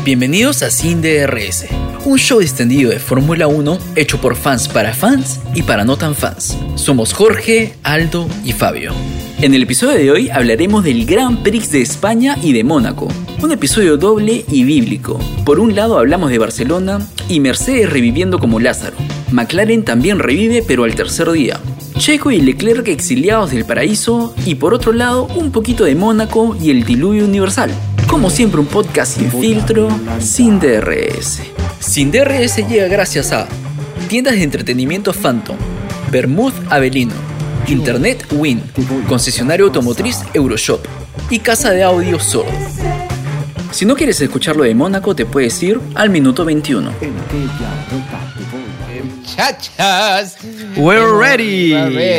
Bienvenidos a Sin DRS, un show extendido de Fórmula 1 hecho por fans y para no tan fans. Somos Jorge, Aldo y Fabio. En el episodio de hoy hablaremos del Grand Prix de España y de Mónaco, un episodio doble y bíblico. Por un lado hablamos de Barcelona y Mercedes reviviendo como Lázaro. McLaren también revive pero al tercer día. Checo y Leclerc exiliados del paraíso y por otro lado un poquito de Mónaco y el diluvio universal. Como siempre un podcast sin filtro, sin DRS. Sin DRS llega gracias a tiendas de entretenimiento Phantom, Bermud Avelino, Internet Win, concesionario automotriz Euroshop y casa de audio Sordo. Si no quieres escuchar lo de Mónaco te puedes ir al minuto 21. Muchachas, We're ready.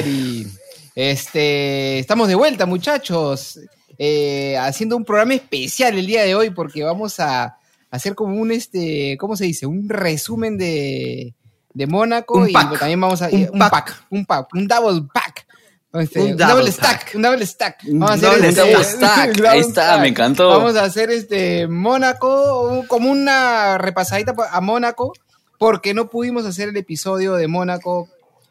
Estamos de vuelta, muchachos, haciendo un programa especial el día de hoy porque vamos a hacer como un ¿cómo se dice? Un resumen de Mónaco y también vamos a un double pack. Un double stack. Vamos a hacer un double stack. Ahí está, me encantó. Vamos a hacer Mónaco como una repasadita a Mónaco. Porque no pudimos hacer el episodio de Mónaco.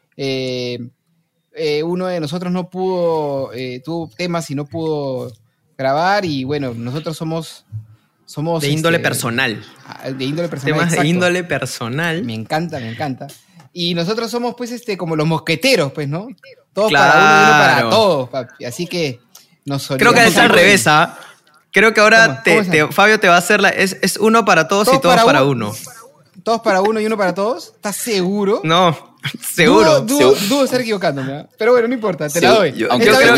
Uno de nosotros no pudo, tuvo temas y no pudo grabar. Y bueno, nosotros somos de índole personal. De índole personal. Temas exacto. de índole personal. Me encanta. Y nosotros somos, pues, como los mosqueteros, pues, ¿no? Todos claro. para uno y uno para todos, papi. Así que nos creo que es al revés, ¿ah? Creo que ahora Fabio te va a hacer es uno para todos y todos para uno. ¿Todos para uno y uno para todos? ¿Estás seguro? No, seguro. Dudo estar equivocándome, ¿eh? Pero bueno, no importa, te la doy. Yo creo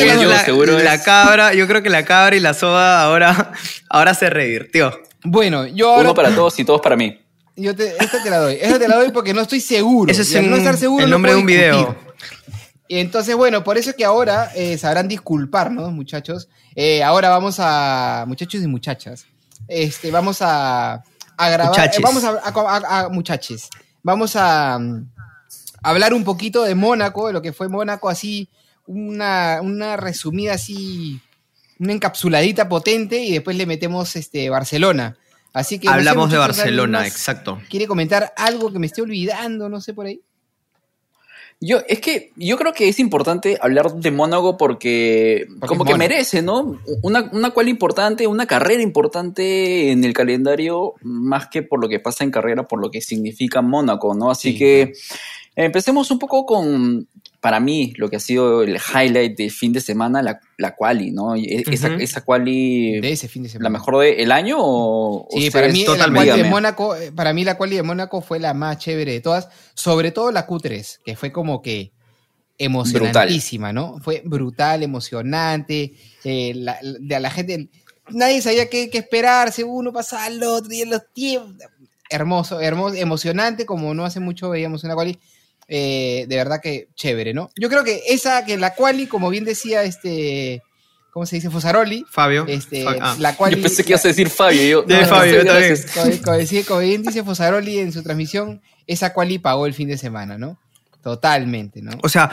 que la cabra y la soda ahora se revirtió. Bueno, yo ahora... Uno para todos y todos para mí. Esta te la doy porque no estoy seguro. Ese es no estar seguro, el nombre no de un video. Y entonces, bueno, por eso es que ahora sabrán disculparnos, muchachos. Ahora vamos a... Muchachos y muchachas. Vamos a grabar, muchaches. Vamos a hablar un poquito de Mónaco, de lo que fue Mónaco, así, una resumida así, una encapsuladita potente, y después le metemos Barcelona. Así que hablamos de Barcelona, exacto. ¿Quiere comentar algo que me esté olvidando? No sé, por ahí. Yo creo que es importante hablar de Mónaco porque como que merece, ¿no? Una quali importante, una carrera importante en el calendario, más que por lo que pasa en carrera, por lo que significa Mónaco, ¿no? Así que empecemos un poco con, para mí, lo que ha sido el highlight del fin de semana, la quali, ¿no? Esa quali, de ese fin de semana. ¿La mejor del año? Sí, para mí la quali de Mónaco, fue la más chévere de todas, sobre todo la Q3, que fue como que emocionantísima, ¿no? Fue brutal, emocionante, de la gente, nadie sabía qué esperarse, uno pasaba al otro y en los tiempos, hermoso, emocionante, como no hace mucho veíamos una quali. De verdad que chévere, ¿no? Yo creo que la quali, como bien decía ¿cómo se dice? Fosaroli. Fabio. La quali, yo pensé que ibas a decir Fabio. Fabio también. Como bien dice Fosaroli en su transmisión, esa quali pagó el fin de semana, ¿no? Totalmente, ¿no? O sea,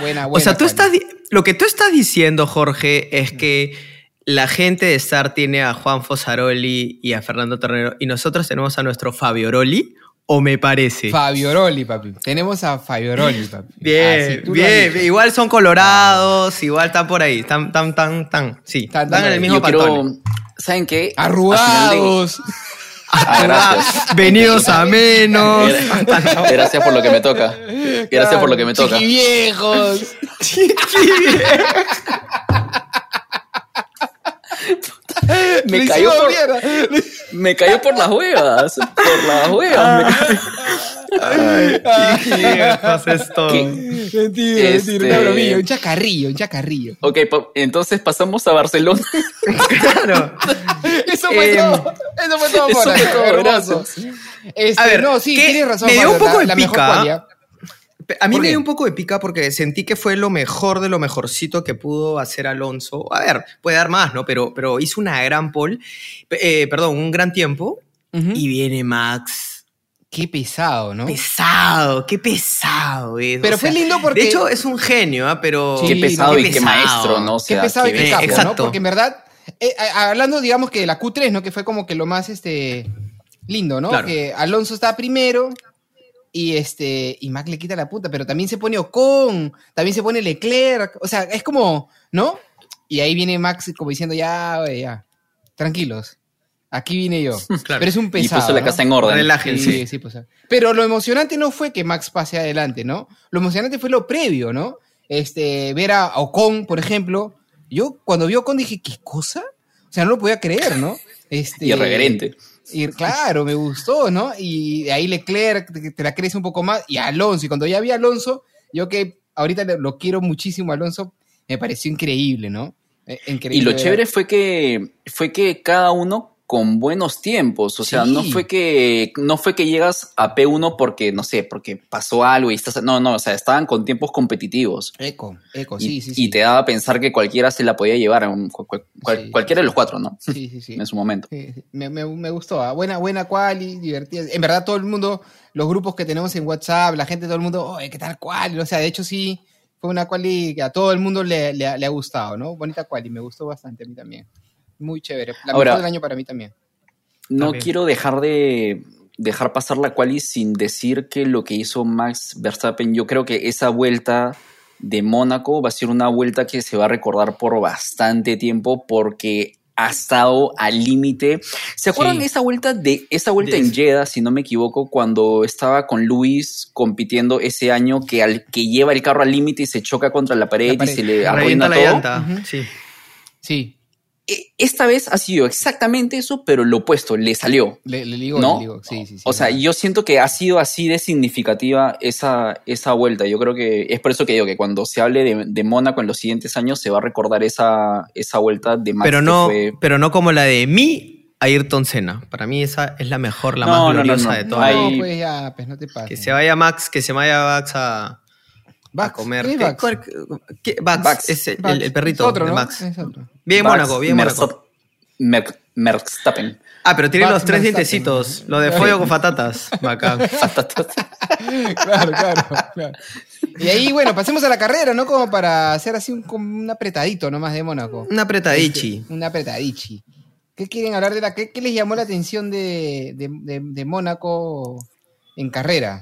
lo que tú estás diciendo, Jorge, es que la gente de Star tiene a Juan Fosaroli y a Fernando Tornero y nosotros tenemos a nuestro Fabioroli. ¿O me parece? Fabioroli, papi. Tenemos a Fabioroli, papi. Bien. Igual son colorados, igual están por ahí. Están en el mismo pantone. ¿Saben qué? Arrugados. Gracias. Venidos a menos. Gracias por lo que me toca. Chiquiviejos. Me cayó por las huevas. Chiquiviejos es todo. Mentira, una bromilla, un chacarrillo. Ok, entonces pasamos a Barcelona. Claro. Eso fue todo por ahí. Gracias. A ver, no, sí, tienes razón. Me dio un poco de pica. A mí me dio un poco de pica porque sentí que fue lo mejor de lo mejorcito que pudo hacer Alonso. A ver, puede dar más, ¿no? Pero hizo una gran un gran tiempo. Y viene Max. Qué pesado, ¿no? Qué pesado es. Pero fue lindo porque... De hecho, es un genio, ¿eh? Pero... Sí, qué pesado y qué maestro, ¿no? Qué pesado y qué capo, exacto. ¿no? Porque en verdad, hablando, digamos, que de la Q3, ¿no? Que fue como que lo más, lindo, ¿no? Claro. Que Alonso está primero y Max le quita la punta, pero también se pone Ocon, también se pone Leclerc, o sea, es como, ¿no? Y ahí viene Max como diciendo, ya, tranquilos, aquí vine yo. Claro. Pero es un pesado, y puso la casa en orden. Relájense. Sí, pues. Pero lo emocionante no fue que Max pase adelante, ¿no? Lo emocionante fue lo previo, ¿no? Ver a Ocon, por ejemplo. Yo cuando vi a Ocon dije, ¿qué cosa? O sea, no lo podía creer, ¿no? Irreverente. Y claro, me gustó, ¿no? Y de ahí Leclerc te la crece un poco más. Y Alonso, y cuando ya vi a Alonso, yo que ahorita lo quiero muchísimo a Alonso, me pareció increíble, ¿no? Increíble. Y lo chévere fue que cada uno con buenos tiempos, o sea, Sí. no fue que llegas a P1 porque, no sé, porque pasó algo y estás... No, o sea, estaban con tiempos competitivos. Eco, y, sí. Y te daba a pensar que cualquiera se la podía llevar, cualquiera de los cuatro, ¿no? Sí. En su momento. Sí. Me gustó, ¿eh? Buena quali, divertida. En verdad todo el mundo, los grupos que tenemos en WhatsApp, la gente, todo el mundo, ¿qué tal quali? O sea, de hecho sí, fue una quali que a todo el mundo le ha gustado, ¿no? Bonita quali, me gustó bastante a mí también. Muy chévere. La mejor del año para mí también. No quiero dejar pasar la quali sin decir que lo que hizo Max Verstappen, yo creo que esa vuelta de Mónaco va a ser una vuelta que se va a recordar por bastante tiempo porque ha estado al límite. ¿Se acuerdan de esa vuelta en Jeddah, si no me equivoco, cuando estaba con Lewis compitiendo ese año que lleva el carro al límite y se choca contra la pared y se le arruina todo? Llanta. Uh-huh. Sí. Esta vez ha sido exactamente eso, pero lo opuesto, le salió. Le ligó, ¿no? Le ligó. Sí. O sea, yo siento que ha sido así de significativa esa vuelta. Yo creo que es por eso que digo que cuando se hable de Mónaco en los siguientes años se va a recordar esa vuelta de Max. Pero no como la de Ayrton Senna. Para mí esa es la mejor, la más gloriosa de todas. No, pues ya, pues no te pases. Que se vaya Max a comer. ¿Qué es Bax? Bax? Es el perrito es otro, de ¿no? Max. Es otro. Bien Mónaco, bien Mónaco. Verstappen. Pero tiene Bax los tres Verstappen. dientecitos. Lo de pollo con patatas. Bacán. Claro. Y ahí, bueno, pasemos a la carrera, ¿no? Como para hacer así un apretadito nomás de Mónaco. Un apretadichi. Un apretadichi. ¿Qué quieren hablar de qué les llamó la atención de Mónaco en carrera?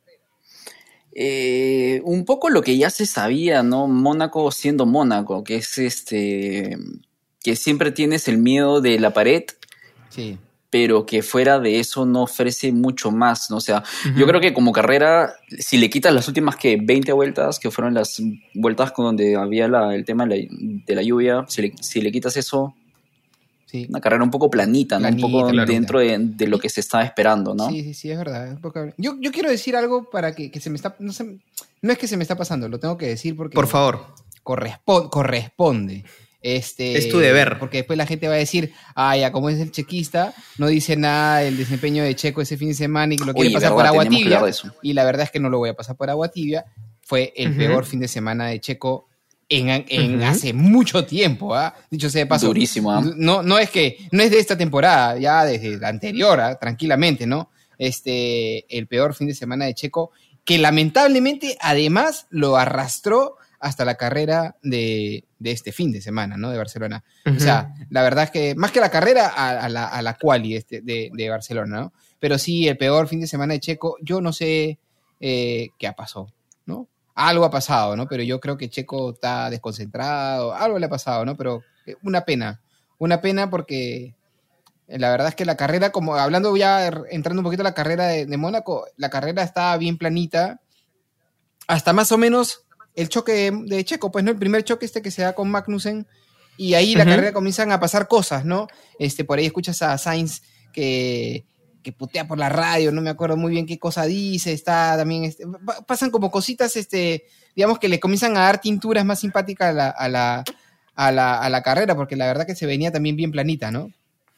Un poco lo que ya se sabía, ¿no? Mónaco siendo Mónaco, que es que siempre tienes el miedo de la pared, sí, pero que fuera de eso no ofrece mucho más, ¿no? O sea, yo creo que como carrera, si le quitas las últimas 20 vueltas, que fueron las vueltas con donde había el tema de la lluvia, si le quitas eso, sí, una carrera un poco planita, ¿no? Un poco dentro de lo que se estaba esperando, ¿no? Sí, es verdad. Yo quiero decir algo para que se me está... No es que se me está pasando, lo tengo que decir porque... Por favor. Corresponde. Es tu deber. Porque después la gente va a decir, ya como es el chequista, no dice nada del desempeño de Checo ese fin de semana y que lo quiere pasar por agua tibia. Y la verdad es que no lo voy a pasar por agua tibia. Fue el peor fin de semana de Checo en hace mucho tiempo, dicho sea de paso. Durísimo, no es de esta temporada, ya desde la anterior, tranquilamente, ¿no? El peor fin de semana de Checo, que lamentablemente además lo arrastró hasta la carrera de este fin de semana, ¿no? De Barcelona. O sea, la verdad es que más que la carrera a la quali de Barcelona, ¿no? Pero sí, el peor fin de semana de Checo, yo no sé qué ha pasado, ¿no? Algo ha pasado, ¿no? Pero yo creo que Checo está desconcentrado, algo le ha pasado, ¿no? Pero una pena porque la verdad es que la carrera, como hablando ya, entrando un poquito a la carrera de Mónaco, la carrera está bien planita, hasta más o menos el choque de Checo, pues, ¿no? El primer choque que se da con Magnussen, y ahí la carrera comienzan a pasar cosas, ¿no? Por ahí escuchas a Sainz que putea por la radio, no me acuerdo muy bien qué cosa dice, está también, pasan como cositas, digamos que le comienzan a dar tinturas más simpáticas a la carrera, porque la verdad que se venía también bien planita, ¿no?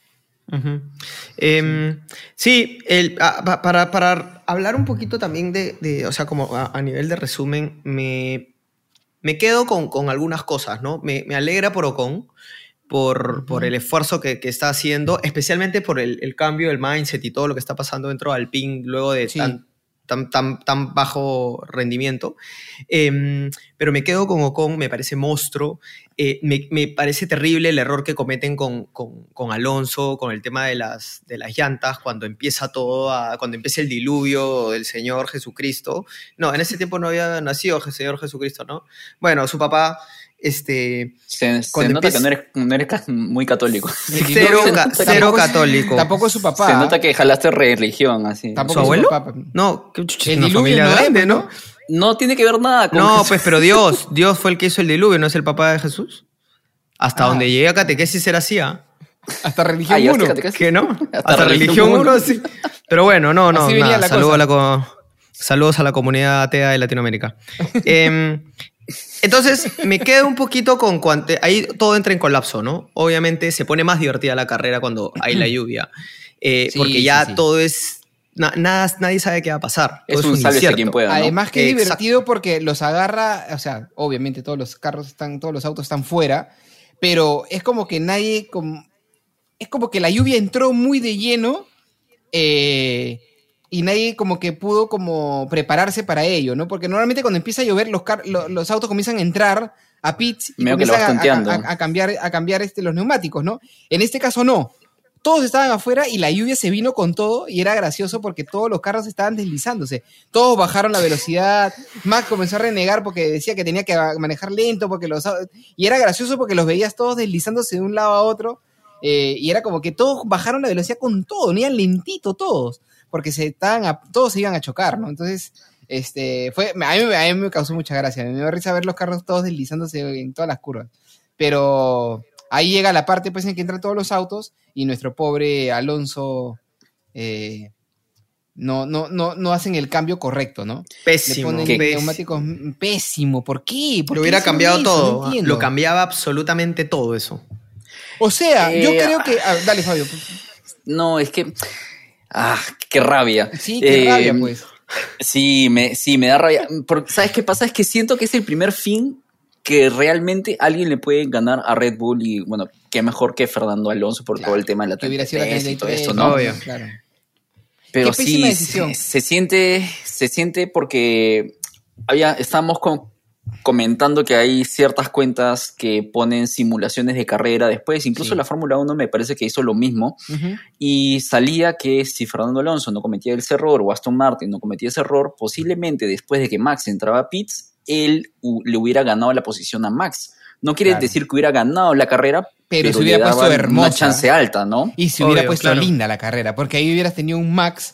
Sí, para hablar un poquito también o sea, como a nivel de resumen, me quedo con algunas cosas, ¿no? Me alegra por Ocon, por el esfuerzo que está haciendo, especialmente por el cambio del mindset y todo lo que está pasando dentro de Alpine luego de tan bajo rendimiento. Pero me quedo con Ocon, me parece monstruo. Me parece terrible el error que cometen con Alonso, con el tema de las llantas, cuando empieza cuando empieza el diluvio del Señor Jesucristo. No, en ese tiempo no había nacido el Señor Jesucristo, ¿no? Bueno, su papá... Se nota que no eres muy católico. Cero católico. Tampoco es su papá. Se nota que jalaste religión, así. ¿Su abuelo? No, el diluvio familia grande, ¿no? No tiene que ver nada con No, Jesús. Pues, pero Dios fue el que hizo el diluvio, ¿no es el papá de Jesús? Hasta donde llegué a catequesis era así, ¿ah? Hasta religión 1. ¿Qué no? Hasta religión 1, sí. Pero bueno, no. Saludos a la comunidad atea de Latinoamérica. Entonces, me quedo un poquito con ahí todo entra en colapso, ¿no? Obviamente se pone más divertida la carrera cuando hay la lluvia, porque ya todo es... nadie sabe qué va a pasar. Es un sálvese quien pueda, ¿no? Además que es divertido porque los agarra, o sea, obviamente todos los autos están fuera, pero es como que es como que la lluvia entró muy de lleno, y nadie como que pudo como prepararse para ello, ¿no? Porque normalmente cuando empieza a llover los autos comienzan a entrar a pits y comienzan a cambiar los neumáticos, ¿no? En este caso no. Todos estaban afuera y la lluvia se vino con todo y era gracioso porque todos los carros estaban deslizándose. Todos bajaron la velocidad. Max comenzó a renegar porque decía que tenía que manejar lento y era gracioso porque los veías todos deslizándose de un lado a otro, y era como que todos bajaron la velocidad con todo, venían lentito todos, porque todos se iban a chocar, ¿no? Entonces, a mí me causó mucha gracia. Me dio risa ver los carros todos deslizándose en todas las curvas. Pero ahí llega la parte pues en que entran todos los autos y nuestro pobre Alonso no hacen el cambio correcto, ¿no? Pésimo. Le ponen neumáticos pésimo. ¿Por qué? Lo hubiera cambiado todo. No lo cambiaba absolutamente todo eso. O sea, yo creo que... dale, Fabio. No, es que... qué rabia. Sí, qué rabia, pues. Sí, me da rabia. Porque, ¿sabes qué pasa? Es que siento que es el primer fin que realmente alguien le puede ganar a Red Bull y, bueno, qué mejor que Fernando Alonso por todo el tema de la 33 y todo esto, ¿no? Obvio. Claro. Pero sí, se siente porque estábamos comentando que hay ciertas cuentas que ponen simulaciones de carrera después, incluso la Fórmula 1 me parece que hizo lo mismo, y salía que si Fernando Alonso no cometía ese error o Aston Martin no cometía ese error, posiblemente después de que Max entraba a pits, él le hubiera ganado la posición a Max. No quiere decir que hubiera ganado la carrera, pero se hubiera puesto hermosa, una chance alta, ¿no? Y se hubiera puesto linda la carrera, porque ahí hubieras tenido un Max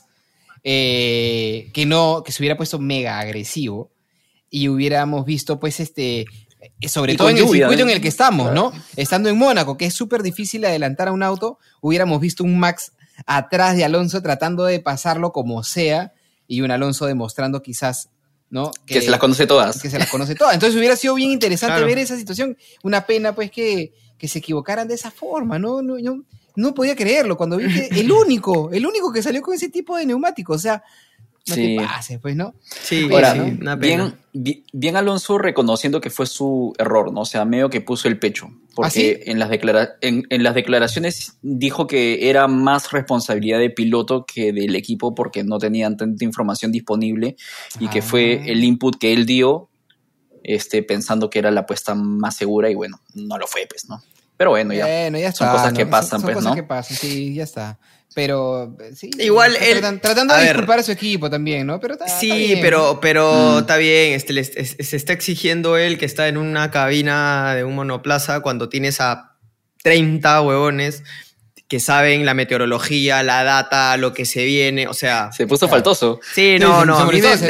que se hubiera puesto mega agresivo y hubiéramos visto pues sobre todo en el circuito en el que estamos, ¿no? Estando en Mónaco, que es súper difícil adelantar a un auto, hubiéramos visto un Max atrás de Alonso tratando de pasarlo como sea y un Alonso demostrando quizás, ¿no? Que se las conoce todas. Que se las conoce todas. Entonces hubiera sido bien interesante ver esa situación. Una pena, pues, que se equivocaran de esa forma, ¿no? No podía creerlo cuando vi que el único que salió con ese tipo de neumáticos. O sea, no te pases, pues, ¿no? Sí, ahora, ¿no? Una pena. Bien Alonso reconociendo que fue su error, ¿no? O sea, medio que puso el pecho. Porque en las declaraciones dijo que era más responsabilidad de piloto que del equipo porque no tenían tanta información disponible y que fue el input que él dio pensando que era la apuesta más segura y bueno, no lo fue, pues, ¿no? Pero bueno, ya está, son cosas que pasan, son pues, cosas ¿no? que pasan, sí, ya está. Pero sí, igual tratando de disculpar a su equipo también, ¿no? Pero sí, está bien. pero está bien, se está exigiendo él que está en una cabina de un monoplaza cuando tienes a 30 huevones que saben la meteorología, la data, lo que se viene, o sea... Se puso faltoso. Sí, no. No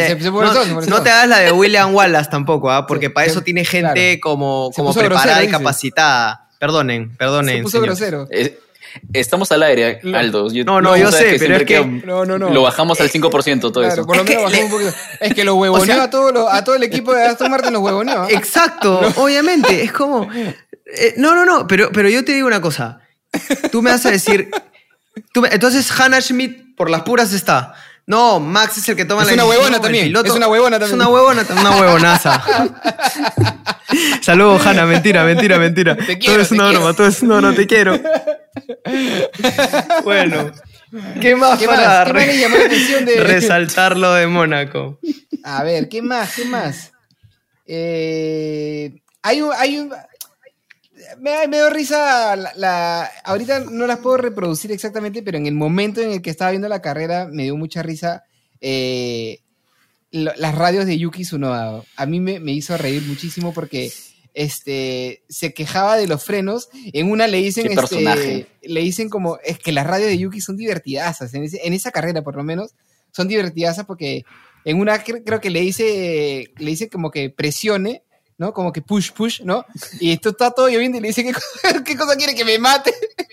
te hagas la de William Wallace tampoco, porque para eso tiene gente como preparada grosero, y capacitada. Perdonen. Se puso grosero. Estamos al aire, Aldo. Yo sé, pero es que... Lo bajamos al 5% todo eso. Por lo menos bajamos un poquito. Es que lo huevoneó a todo el equipo de Aston Martin, lo huevoneó. Exacto, obviamente. Es como... pero yo te digo una cosa. Tú me vas a decir... Entonces Hannah Schmidt por las puras está... No, Max es el que toma la decisión. Es una huevona también. Una huevonaza. Saludos, Hannah. Mentira. Te quiero, todo es una broma, te quiero. Bueno, ¿Qué más le llamó la atención de resaltar lo de Mónaco? A ver, ¿qué más? Me dio risa, ahorita no las puedo reproducir exactamente, pero en el momento en el que estaba viendo la carrera me dio mucha risa las radios de Yuki Tsunoda. A mí me hizo reír muchísimo porque se quejaba de los frenos. En una le dicen como, es que las radios de Yuki son divertidazas, en esa carrera por lo menos son divertidazas porque en una creo que le dice como que presione, ¿no? Como que push, ¿no? Y esto está todo lloviendo y le dice, ¿qué cosa quiere? ¿Que me mate?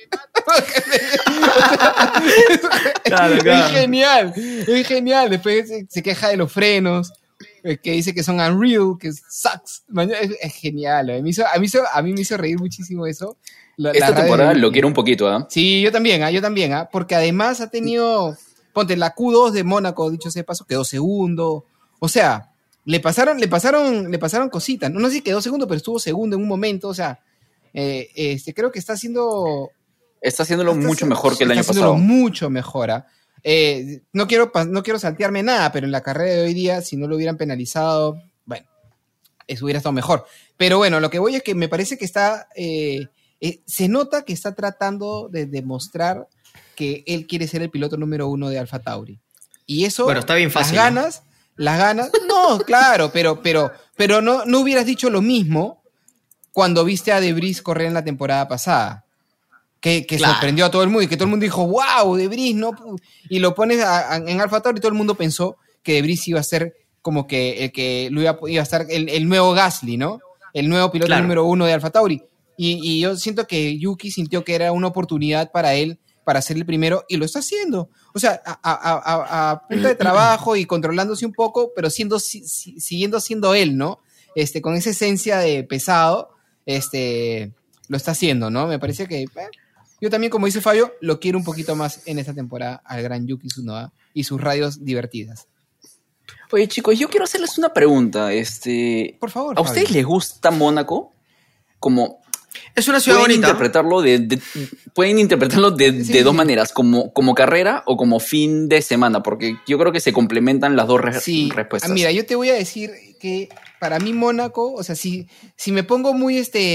Claro. Es genial. Después se queja de los frenos, que dice que son unreal, que sucks. Es genial. A mí me hizo reír muchísimo eso. Esta temporada lo quiero un poquito, ¿eh? Sí, yo también, porque además ha tenido, ponte, la Q2 de Mónaco, dicho sea de paso, quedó segundo. O sea, le pasaron cositas. No sé si quedó segundo, pero estuvo segundo en un momento. O sea, creo que está haciéndolo mucho mejor que el año pasado. Está haciéndolo mucho mejor. No quiero saltearme nada, pero en la carrera de hoy día, si no lo hubieran penalizado, bueno, eso hubiera estado mejor. Pero bueno, lo que voy es que me parece que se nota que está tratando de demostrar que él quiere ser el piloto número 1 de Alfa Tauri. Y eso, bueno, está bien fácil, las ganas, no, claro, pero no hubieras dicho lo mismo cuando viste a De Vries correr en la temporada pasada, que claro, sorprendió a todo el mundo y que todo el mundo dijo, wow, De Vries, ¿no? Y lo pones en Alfa Tauri y todo el mundo pensó que De Vries iba a ser como que el que iba a estar el nuevo Gasly, ¿no? El nuevo piloto número 1 de Alfa Tauri. Y yo siento que Yuki sintió que era una oportunidad para él para ser el primero, y lo está haciendo. O sea, a punta de trabajo y controlándose un poco, pero siguiendo siendo él, ¿no? Con esa esencia de pesado, lo está haciendo, ¿no? Me parece que yo también, como dice Fabio, lo quiero un poquito más en esta temporada al gran Yuki Tsunoda y sus radios divertidas. Oye, chicos, yo quiero hacerles una pregunta. Por favor, ¿a ustedes les gusta Mónaco? Como... Es una ciudad bonita. Pueden interpretarlo de dos maneras, como carrera o como fin de semana, porque yo creo que se complementan las dos respuestas. Mira, yo te voy a decir que para mí Mónaco, o sea, si me pongo muy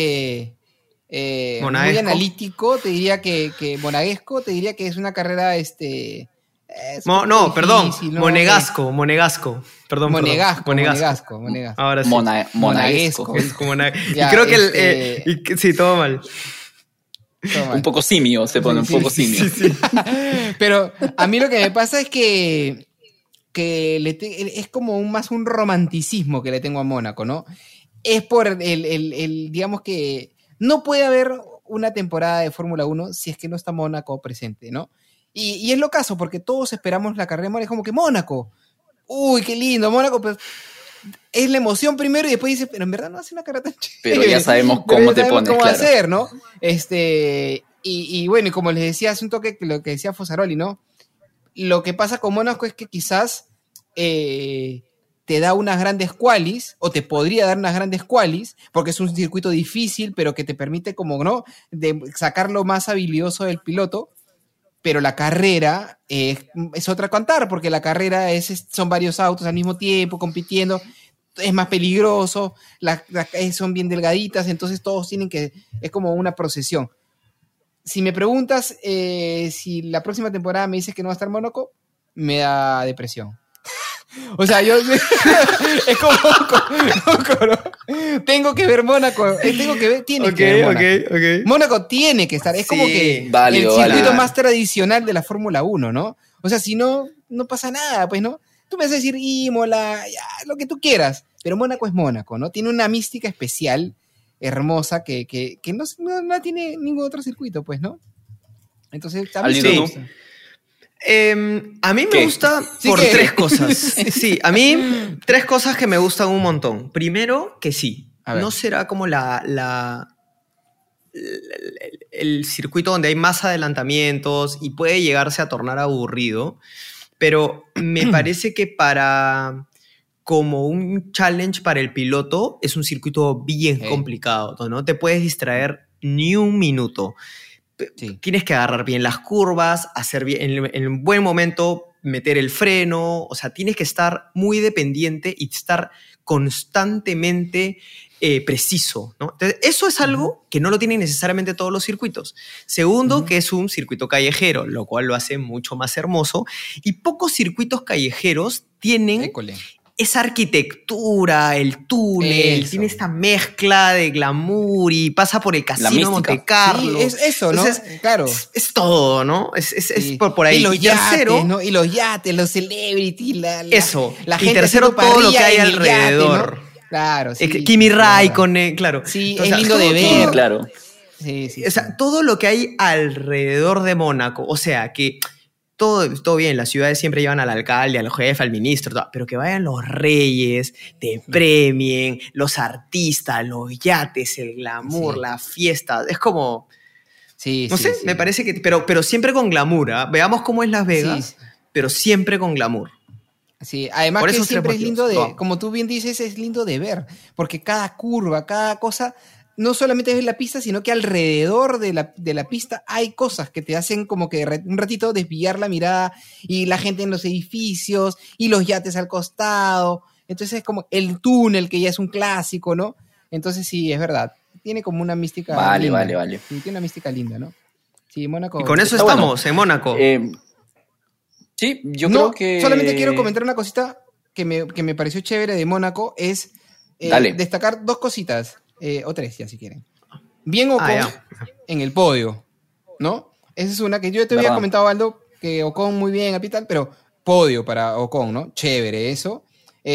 muy analítico, te diría que monaguesco, te diría que es una carrera Monegasco. Perdón. Monegasco. Ahora sí. Monaguesco. Y creo que sí, todo mal. Un poco simio se pone, simio. Sí. Pero a mí lo que me pasa es que es como más un romanticismo que le tengo a Mónaco, ¿no? Es por el digamos que no puede haber una temporada de Fórmula 1 si es que no está Mónaco presente, ¿no? Y es lo caso, porque todos esperamos la carrera de Mónaco, es como que Mónaco, uy, qué lindo, Mónaco, pero es la emoción primero y después dices, pero en verdad no hace una carrera tan chévere. Pero ya sabemos cómo te pones, cómo claro. hacer, ¿no? Y bueno, y como les decía hace un toque, lo que decía Fosaroli, ¿no? Lo que pasa con Mónaco es que quizás te da unas grandes qualis, o te podría dar unas grandes qualis, porque es un circuito difícil, pero que te permite, como, ¿no?, de sacar lo más habilidoso del piloto. Pero la carrera es otra cantar, porque la carrera son varios autos al mismo tiempo compitiendo, es más peligroso, las son bien delgaditas, entonces todos es como una procesión. Si me preguntas si la próxima temporada me dices que no va a estar Mónaco, me da depresión. O sea, yo es como tengo que ver Mónaco, tiene que ver Mónaco. Okay. Mónaco tiene que estar, es como que el circuito más tradicional de la Fórmula 1, ¿no? O sea, si no pasa nada, pues, ¿no? Tú me vas a decir Imola, ya, lo que tú quieras, pero Mónaco es Mónaco, ¿no? Tiene una mística especial, hermosa, que no tiene ningún otro circuito, pues, ¿no? Entonces, también me gusta. A mí me gusta por tres cosas. Sí, a mí 3 cosas que me gustan un montón. Primero, que sí, no será como el circuito donde hay más adelantamientos y puede llegarse a tornar aburrido, pero me parece que como un challenge para el piloto es un circuito bien complicado, ¿no? Te puedes distraer ni un minuto. tienes que agarrar bien las curvas, hacer bien, en un buen momento meter el freno, o sea, tienes que estar muy dependiente y estar constantemente preciso, ¿no? Entonces, eso es algo que no lo tienen necesariamente todos los circuitos. Segundo, que es un circuito callejero, lo cual lo hace mucho más hermoso, y pocos circuitos callejeros tienen esa arquitectura, el túnel, tiene esta mezcla de glamour y pasa por el casino de Monte Carlo. Sí, es eso, ¿no? Entonces, claro. Es todo, ¿no? Es por ahí. Y los yates, ¿no? Y los yates, los celebrities, eso. La gente y tercero, todo lo que hay alrededor. Yate, ¿no? Claro, sí. Kimi Raikkonen, claro. Sí, es lindo de ver. Claro. Sí. O sea, todo lo que hay alrededor de Mónaco, o sea, que todo bien, las ciudades siempre llevan al alcalde, al jefe, al ministro, todo, pero que vayan los reyes, te premien, los artistas, los yates, el glamour, la fiesta, es como... no sé, me parece que... Pero siempre con glamour, ¿eh? Veamos cómo es Las Vegas, pero siempre con glamour. Sí, además por que siempre es lindo como tú bien dices, es lindo de ver, porque cada curva, cada cosa, no solamente es la pista, sino que alrededor de la pista hay cosas que te hacen como que un ratito desviar la mirada, y la gente en los edificios, y los yates al costado, entonces es como el túnel, que ya es un clásico, ¿no? Entonces sí, es verdad, tiene como una mística linda. Vale. Sí, tiene una mística linda, ¿no? Sí, Mónaco. Y con eso estamos, en Mónaco. Sí, yo creo que... Solamente quiero comentar una cosita que me pareció chévere de Mónaco, es destacar dos cositas, o tres ya si quieren. Bien Ocon en el podio, ¿no? Esa es una que yo te había comentado, Aldo, que Ocon muy bien, Apital, pero podio para Ocon, ¿no? Chévere eso.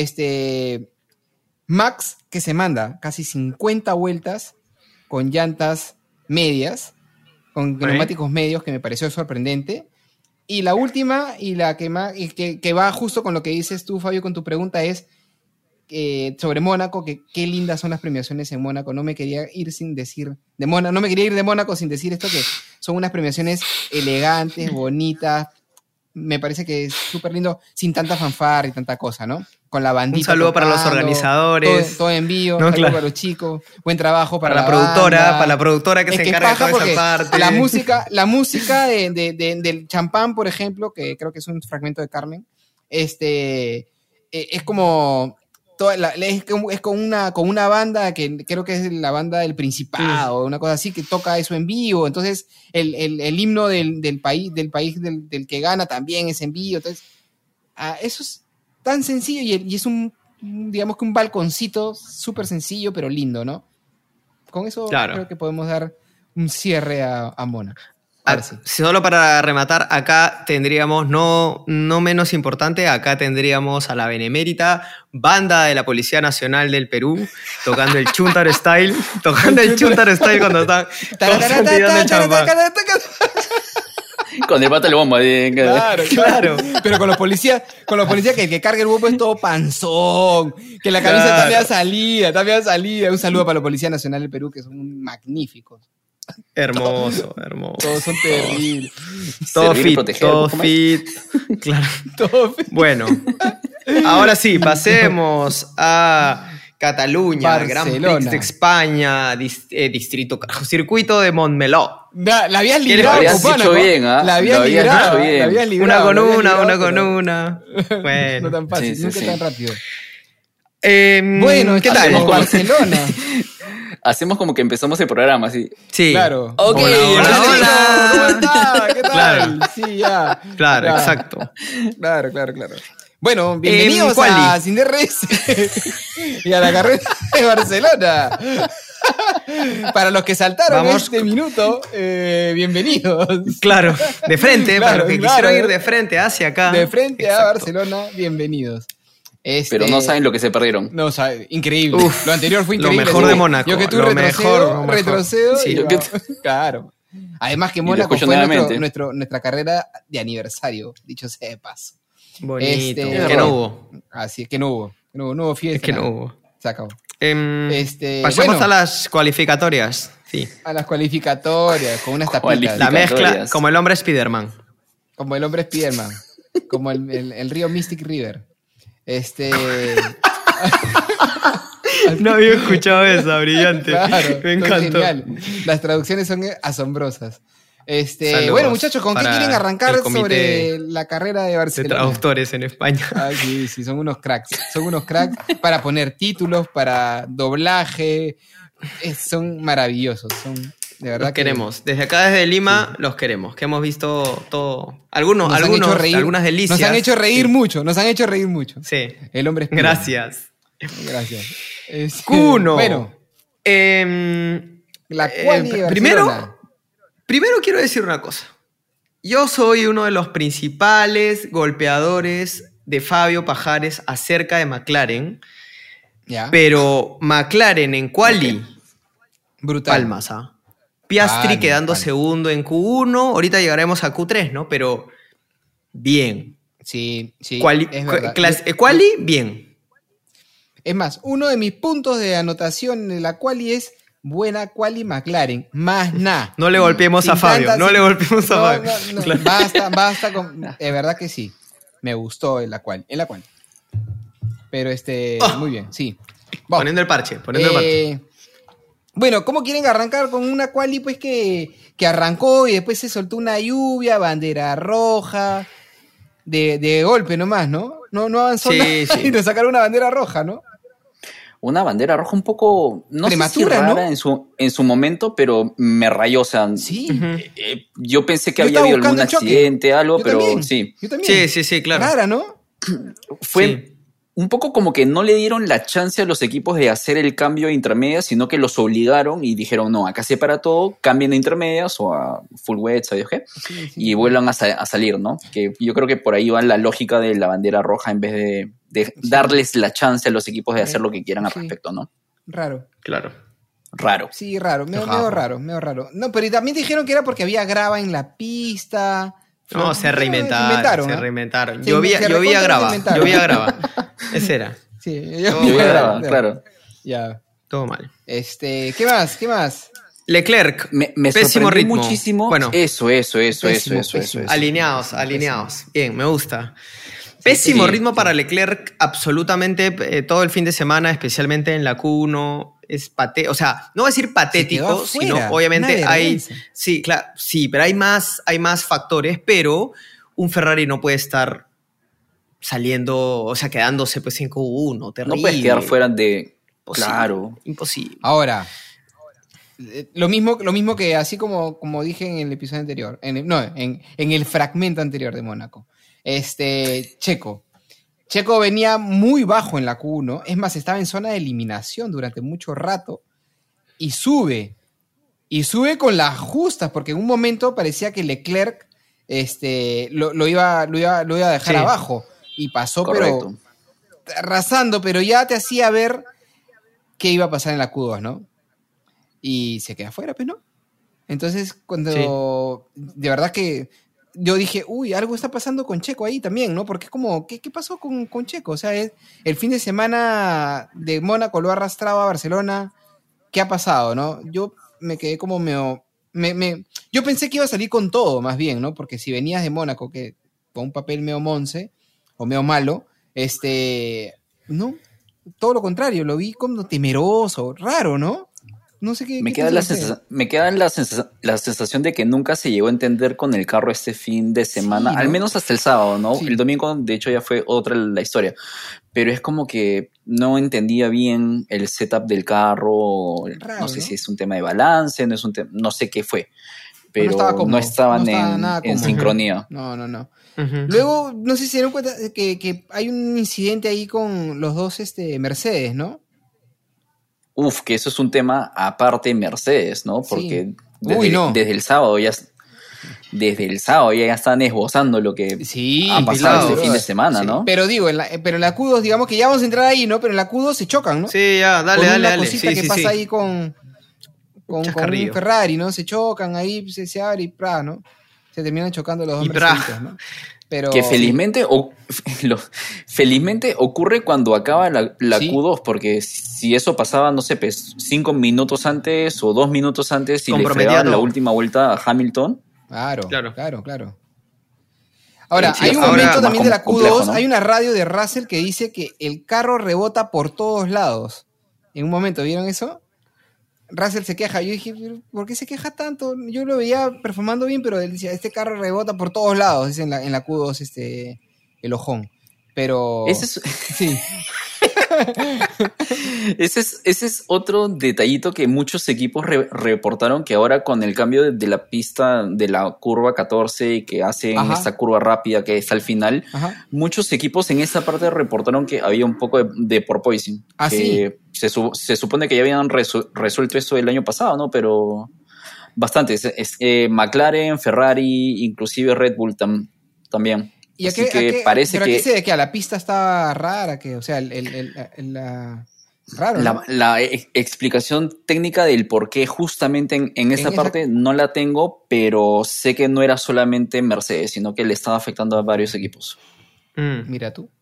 Max, que se manda casi 50 vueltas con llantas medias, con neumáticos medios, que me pareció sorprendente. Y la última, y la que más, y que va justo con lo que dices tú, Fabio, con tu pregunta, es sobre Mónaco, que qué lindas son las premiaciones en Mónaco. No me quería ir sin decir de Mónaco, no me quería ir de Mónaco sin decir esto, que son unas premiaciones elegantes, bonitas. Me parece que es súper lindo, sin tanta fanfarra y tanta cosa, ¿no? Con la bandita. Un saludo tocando, para los organizadores. Todo en vivo, no, saludo para los chicos. Buen trabajo para la productora, banda. Para la productora que se encarga de toda esa parte. La música del champán, por ejemplo, que creo que es un fragmento de Carmen, es como... es con una banda que creo que es la banda del Principado, o una cosa así, que toca eso en vivo. Entonces el himno del país del que gana también es en vivo. Entonces eso es tan sencillo, y es digamos que un balconcito súper sencillo pero lindo, ¿no? Con eso creo que podemos dar un cierre a Mónaco. Solo para rematar, acá tendríamos, no menos importante, acá tendríamos a la benemérita banda de la Policía Nacional del Perú tocando el Chuntar Style, cuando están tirando el champán. Con el pata el bombo. Claro. Pero con los policías que el que carga el bombo es todo panzón, que la camisa está media salida. Un saludo para la Policía Nacional del Perú, que son magníficos. Hermoso. Todos son terribles. Todo fit. Claro. Todo fit. Bueno, ahora sí, pasemos a Cataluña, Gran Prix de España, circuito de Montmeló. La habías librado, la habías hecho bien, ¿ah? La habías librado. Una con una. Bueno. No tan fácil, nunca tan rápido. Bueno, ¿qué tal? Barcelona. Hacemos como que empezamos el programa, así. Sí. Claro. Ok. Hola. ¿Cómo estás? ¿Qué tal? Claro. Sí, ya. Claro, exacto. Claro. Bueno, bienvenidos a Sin DRS y a la carrera de Barcelona. Para los que saltaron este minuto, bienvenidos. Claro, de frente, para los que quisieron ir de frente hacia acá. De frente a Barcelona, bienvenidos. Pero no saben lo que se perdieron. No saben, increíble. Lo anterior fue increíble. Lo mejor de Mónaco. Yo que tú retrocedo. Sí, claro. Además que Mónaco fue nuestra carrera de aniversario, dicho sea de paso. Bonito. Que no hubo. Así es que no hubo fiesta. Es que no hubo. Se acabó. Pasemos a las cualificatorias. Sí. A las cualificatorias, con unas tapitas. La mezcla, como el hombre Spiderman. Como el río Mystic River. No había escuchado esa, brillante. Claro, me encantó. Genial. Las traducciones son asombrosas. Bueno, muchachos, ¿con qué quieren arrancar sobre la carrera de Barcelona? De traductores en España. Sí, son unos cracks. Son unos cracks para poner títulos, para doblaje. Son maravillosos. Son, de verdad. Los queremos. Desde acá, desde Lima, los queremos. Que hemos visto todo. Algunas delicias. Nos han hecho reír mucho. Sí. El hombre es Gracias. Q1. Bueno. La quali de Barcelona. Primero quiero decir una cosa. Yo soy uno de los principales golpeadores de Fabio Pajares acerca de McLaren. ¿Ya? Pero McLaren en quali, okay. Brutal. Palmas, ¿ah? Piastri quedando segundo en Q1. Ahorita llegaremos a Q3, ¿no? Pero bien. Sí, es verdad. Quali, bien. Es más, uno de mis puntos de anotación de la quali es buena quali McLaren, más nada. No le golpeemos a Fabio, no le golpeemos a Fabio. No. Claro. Basta con... Es verdad que sí, me gustó en la quali. Pero muy bien, sí. Poniendo el parche. Bueno, ¿cómo quieren arrancar con una quali pues que arrancó y después se soltó una lluvia, bandera roja, de golpe nomás, ¿no? No avanzó nada y nos sacaron una bandera roja, ¿no? Una bandera roja un poco, no prematura, sé si rara, ¿no? en su momento, pero me rayó, o sea, yo pensé que había habido algún accidente, algo, pero también, sí. Yo también. Sí, claro. Rara, ¿no? Fue un poco como que no le dieron la chance a los equipos de hacer el cambio de intermedias, sino que los obligaron y dijeron, no, acá se para todo, cambien de intermedias o a full wet, ¿sabes qué? Y vuelvan a salir, ¿no? Que yo creo que por ahí va la lógica de la bandera roja en vez de darles la chance a los equipos de hacer lo que quieran al respecto, ¿no? Raro. Claro. Raro. Sí, raro, medio raro. No, pero también dijeron que era porque había grava en la pista. No, se reinventaron. Llovía grava. Ese era. Sí, llovía grava, claro. Ya. Todo mal. ¿Qué más? Leclerc, me pésimo ritmo. Muchísimo. Bueno, eso. Alineados. Bien, me gusta. Pésimo ritmo para Leclerc, absolutamente todo el fin de semana, especialmente en la Q1. Es patético, o sea, no voy a decir patético, sino obviamente hay... Sí, claro, sí, pero hay más factores, pero un Ferrari no puede estar saliendo, o sea, quedándose pues en Q1, terrible. No puedes quedar fuera de... Imposible, claro. Imposible. Ahora, lo mismo que así como dije en el episodio anterior, en el fragmento anterior de Mónaco. Checo venía muy bajo en la Q1, es más, estaba en zona de eliminación durante mucho rato y sube con las justas, porque en un momento parecía que Leclerc lo iba a dejar abajo y pasó. Correcto. Pero arrasando, pero ya te hacía ver qué iba a pasar en la Q2, ¿no? Y se queda fuera, pues, ¿no? Entonces, cuando de verdad que yo dije, algo está pasando con Checo ahí también, ¿no? Porque es como, ¿qué pasó con Checo? O sea, el fin de semana de Mónaco lo ha arrastrado a Barcelona. ¿Qué ha pasado, no? Yo me quedé como yo pensé que iba a salir con todo, más bien, ¿no? Porque si venías de Mónaco, que con un papel medio monce, o medio malo, no, todo lo contrario, lo vi como temeroso, raro, ¿no? No sé qué. Me queda la sensación de que nunca se llegó a entender con el carro este fin de semana, al menos hasta el sábado, ¿no? Sí. El domingo, de hecho, ya fue otra la historia. Pero es como que no entendía bien el setup del carro. Raro, no sé si es un tema de balance, no sé qué fue. Pero no estaban en sincronía. No. Uh-huh. Luego, no sé si se dieron cuenta que hay un incidente ahí con los dos Mercedes, ¿no? Que eso es un tema aparte Mercedes, ¿no? Porque desde el sábado ya están esbozando lo que ha pasado este fin de semana, ¿no? Pero digo, en la Q2, digamos que ya vamos a entrar ahí, ¿no? Pero en la Q2 se chocan, ¿no? Sí, ya, dale. Una cosita que pasa ahí con un Ferrari, ¿no? Se chocan ahí, se abre y ¿no? Se terminan chocando los dos Mercedes, ¿no? Pero, que felizmente ocurre cuando acaba la Q2, porque si eso pasaba, no sé, 5 minutos antes o 2 minutos antes y le fregaban la última vuelta a Hamilton. Claro. Ahora, hay un momento también de la Q2, complejo, ¿no? Hay una radio de Russell que dice que el carro rebota por todos lados. En un momento, ¿vieron eso? Russell se queja. Yo dije, ¿por qué se queja tanto? Yo lo veía performando bien, pero él decía, este carro rebota por todos lados, dice en la Q2 el ojón. Pero... Sí. Ese es otro detallito que muchos equipos reportaron, que ahora con el cambio de la pista de la curva 14 y que hacen esta curva rápida que está al final, muchos equipos en esa parte reportaron que había un poco de porpoising. Que se supone que ya habían resuelto eso el año pasado, ¿no? Pero bastante. McLaren, Ferrari, inclusive Red Bull también. ¿Y a qué parece que... ¿Qué sé? ¿Que a la pista estaba rara? O sea, raro, ¿no? La explicación técnica del por qué justamente en esta parte no la tengo, pero sé que no era solamente Mercedes, sino que le estaba afectando a varios equipos. Mira tú.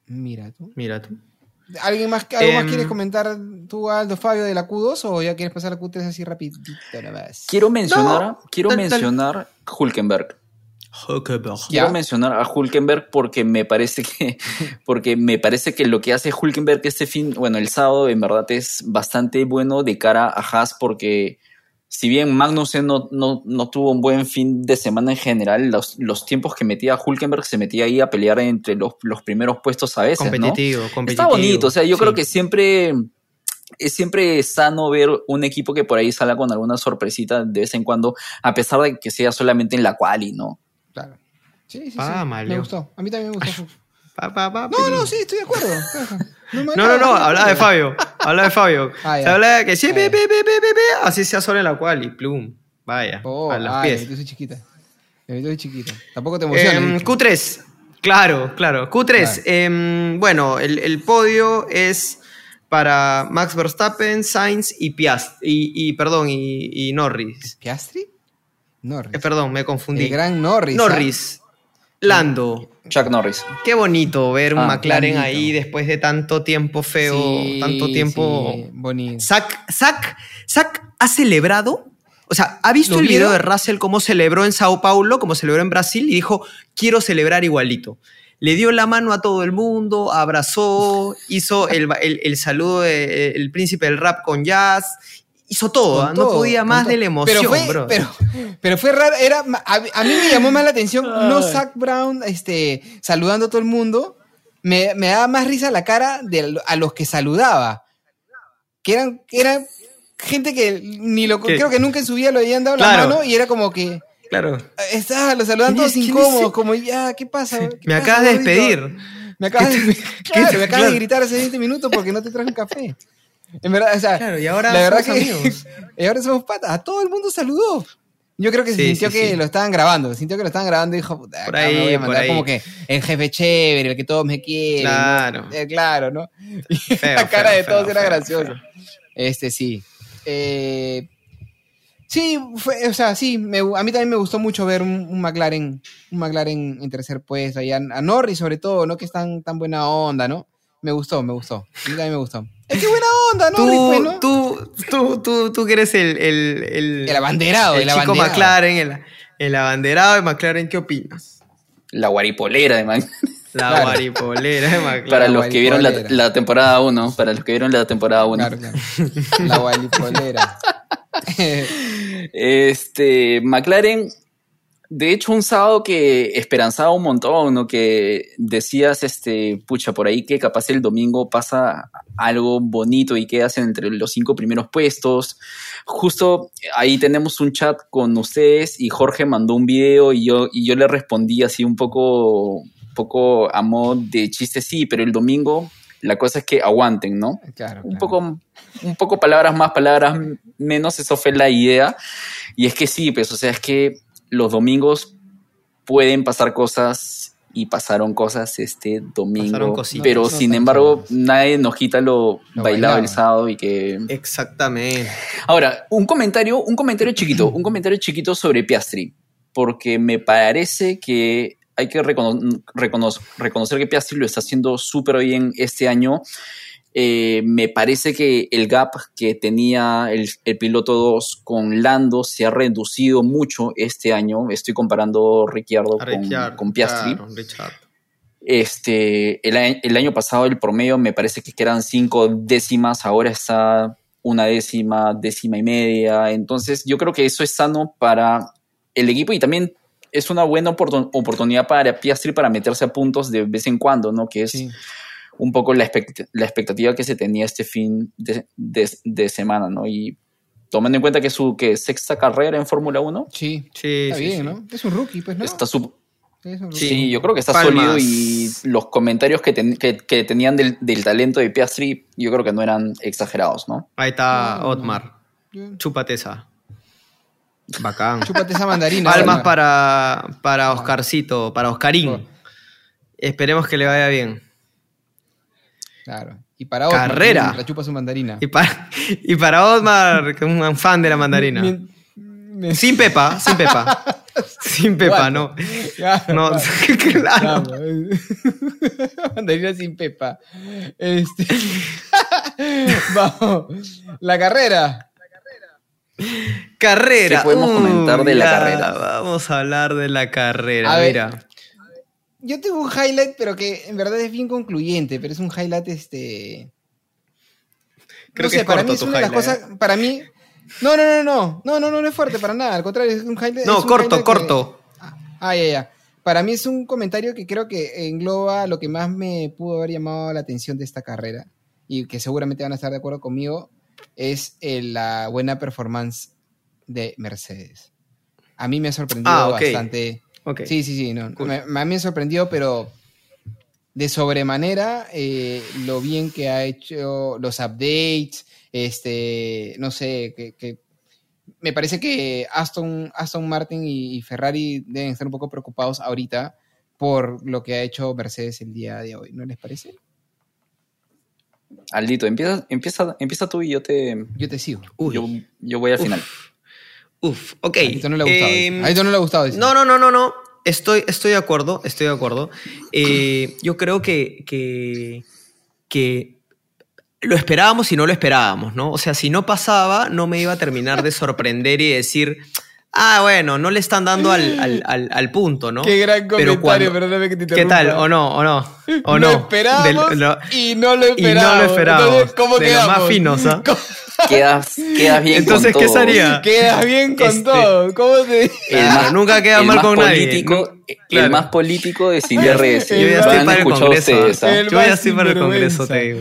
¿Alguien más, algo más quieres comentar tú, Aldo, Fabio, de la Q2 o ya quieres pasar a la Q3 así rapidito nada más? Quiero mencionar Hülkenberg. Quiero mencionar a Hülkenberg porque me parece que lo que hace Hülkenberg el sábado en verdad es bastante bueno de cara a Haas, porque si bien Magnussen no tuvo un buen fin de semana en general, los tiempos que metía Hülkenberg se metía ahí a pelear entre los primeros puestos a veces, competitivo. Está bonito, o sea, yo creo que siempre es sano ver un equipo que por ahí salga con alguna sorpresita de vez en cuando, a pesar de que sea solamente en la quali, ¿no? Claro. Sí. Me gustó. A mí también me gustó. No, sí, estoy de acuerdo. No, hablaba de Fabio. Se habla de que sí, así sea solo en la cual y plum. Vaya, a los pies. Yo soy chiquita. Tampoco te emociones. Q3. Claro. Q3. Bueno, el podio es para Max Verstappen, Sainz y Piastri. Y Norris. ¿Piastri? Norris. Perdón, me confundí. El gran Norris. Lando. Chuck Norris. Qué bonito ver un McLaren bonito. Ahí después de tanto tiempo feo, tanto tiempo... Sí, bonito. Zach ha celebrado, o sea, ha visto el video de Russell cómo celebró en Sao Paulo, cómo celebró en Brasil y dijo, quiero celebrar igualito. Le dio la mano a todo el mundo, abrazó, hizo el saludo del príncipe del rap con Jazz... Hizo todo, no podía más de la emoción, bro. Pero fue raro, a mí me llamó más la atención, no Zach Brown saludando a todo el mundo, me daba más risa la cara a los que saludaba, que eran gente que creo que nunca en su vida lo habían dado la mano y era como que... Claro. Lo saludan todos incómodos, como ya, ¿qué pasa? Me acabas de despedir. Me acabas de gritar hace 20 minutos porque no te traje un café. En verdad, o sea, claro, y ahora la verdad somos amigos. Y ahora somos patas. A todo el mundo saludó. Yo creo que sintió que lo estaban grabando. Sintió que lo estaban grabando y dijo, puta, por ahí, me voy a mandar como que el jefe chévere, el que todos me quieren. Claro. ¿no? Claro, ¿no? La cara de todos era graciosa. Sí. Sí, a mí también me gustó mucho ver un McLaren en tercer puesto. Y a Norris, sobre todo, ¿no? Que es tan buena onda, ¿no? Me gustó. A mí también me gustó. Es que buena onda, ¿no? Tú que eres el abanderado. El chico McLaren, el abanderado de McLaren, ¿qué opinas? La guaripolera de McLaren. La guaripolera de McLaren. Para los que vieron la temporada 1. Claro. La guaripolera. McLaren... De hecho, un sábado que esperanzaba un montón, ¿no? Que decías, por ahí que capaz el domingo pasa algo bonito y quedas entre los 5 primeros puestos. Justo ahí tenemos un chat con ustedes y Jorge mandó un video y yo le respondí así un poco a modo de chiste, sí, pero el domingo la cosa es que aguanten, ¿no? Claro. Un poco palabras más, palabras menos, eso fue la idea. Y es que sí, pues, o sea, es que los domingos pueden pasar cosas y pasaron cosas este domingo, pero sin embargo nadie nos quita lo bailado el sábado y que... Exactamente. Ahora, un comentario chiquito sobre Piastri, porque me parece que hay que reconocer que Piastri lo está haciendo súper bien este año. Me parece que el gap que tenía el piloto 2 con Lando se ha reducido mucho este año. Estoy comparando Ricciardo con Piastri. Claro, el año pasado el promedio me parece que eran 5 décimas, ahora está una décima y media. Entonces yo creo que eso es sano para el equipo y también es una buena oportunidad para Piastri para meterse a puntos de vez en cuando, ¿no? Que es un poco la expectativa que se tenía este fin de semana, ¿no? Y tomando en cuenta que es su sexta carrera en Fórmula 1. Sí, está bien, ¿no? Es un rookie, pues, ¿no? Sí, yo creo que está sólido y los comentarios que tenían del talento de Piastri, yo creo que no eran exagerados, ¿no? Ahí está Otmar. Chúpate esa. Bacán. Chúpate esa mandarina. Palmas para Oscarcito, para Oscarín. Esperemos que le vaya bien. Claro. Y para Otmar, carrera. La chupa su mandarina. Y para Otmar, que es un fan de la mandarina. Sin pepa. Sin pepa, no. Claro, no, claro. Mandarina sin pepa. Vamos. La carrera. ¿Qué podemos comentar de la carrera? Vamos a hablar de la carrera. A ver, mira. Yo tengo un highlight, pero que en verdad es bien concluyente, pero es un highlight Creo no que sé, es para corto mí es tu una de las highlight, cosas, para mí. No es fuerte para nada, al contrario, es un highlight. No, es un corto. Ya. Para mí es un comentario que creo que engloba lo que más me pudo haber llamado la atención de esta carrera y que seguramente van a estar de acuerdo conmigo, es la buena performance de Mercedes. A mí me ha sorprendido bastante. Okay. Sí, no. Cool. Me ha sorprendido, pero de sobremanera lo bien que ha hecho los updates, no sé, que me parece que Aston Martin y Ferrari deben estar un poco preocupados ahorita por lo que ha hecho Mercedes el día de hoy, ¿no les parece? Aldito, empieza tú y yo te yo voy al final. Ok. A Aldito no le ha gustado. No. Estoy de acuerdo. Yo creo que lo esperábamos y no lo esperábamos, ¿no? O sea, si no pasaba, no me iba a terminar de sorprender y decir, bueno, no le están dando al punto, ¿no? Qué gran comentario, perdóname que te interrumpa. ¿Qué tal? ¿O no? Lo esperábamos y no lo esperábamos. Entonces, ¿cómo de quedamos? Los más finos, ¿ah? Quedas bien entonces, con todo. ¿qué sería? Quedas bien con todo. ¿Cómo te nunca queda mal con nadie. El más político de Sin DRS. Yo ya estoy para el Congreso. Yo ya estoy para el Congreso, te digo.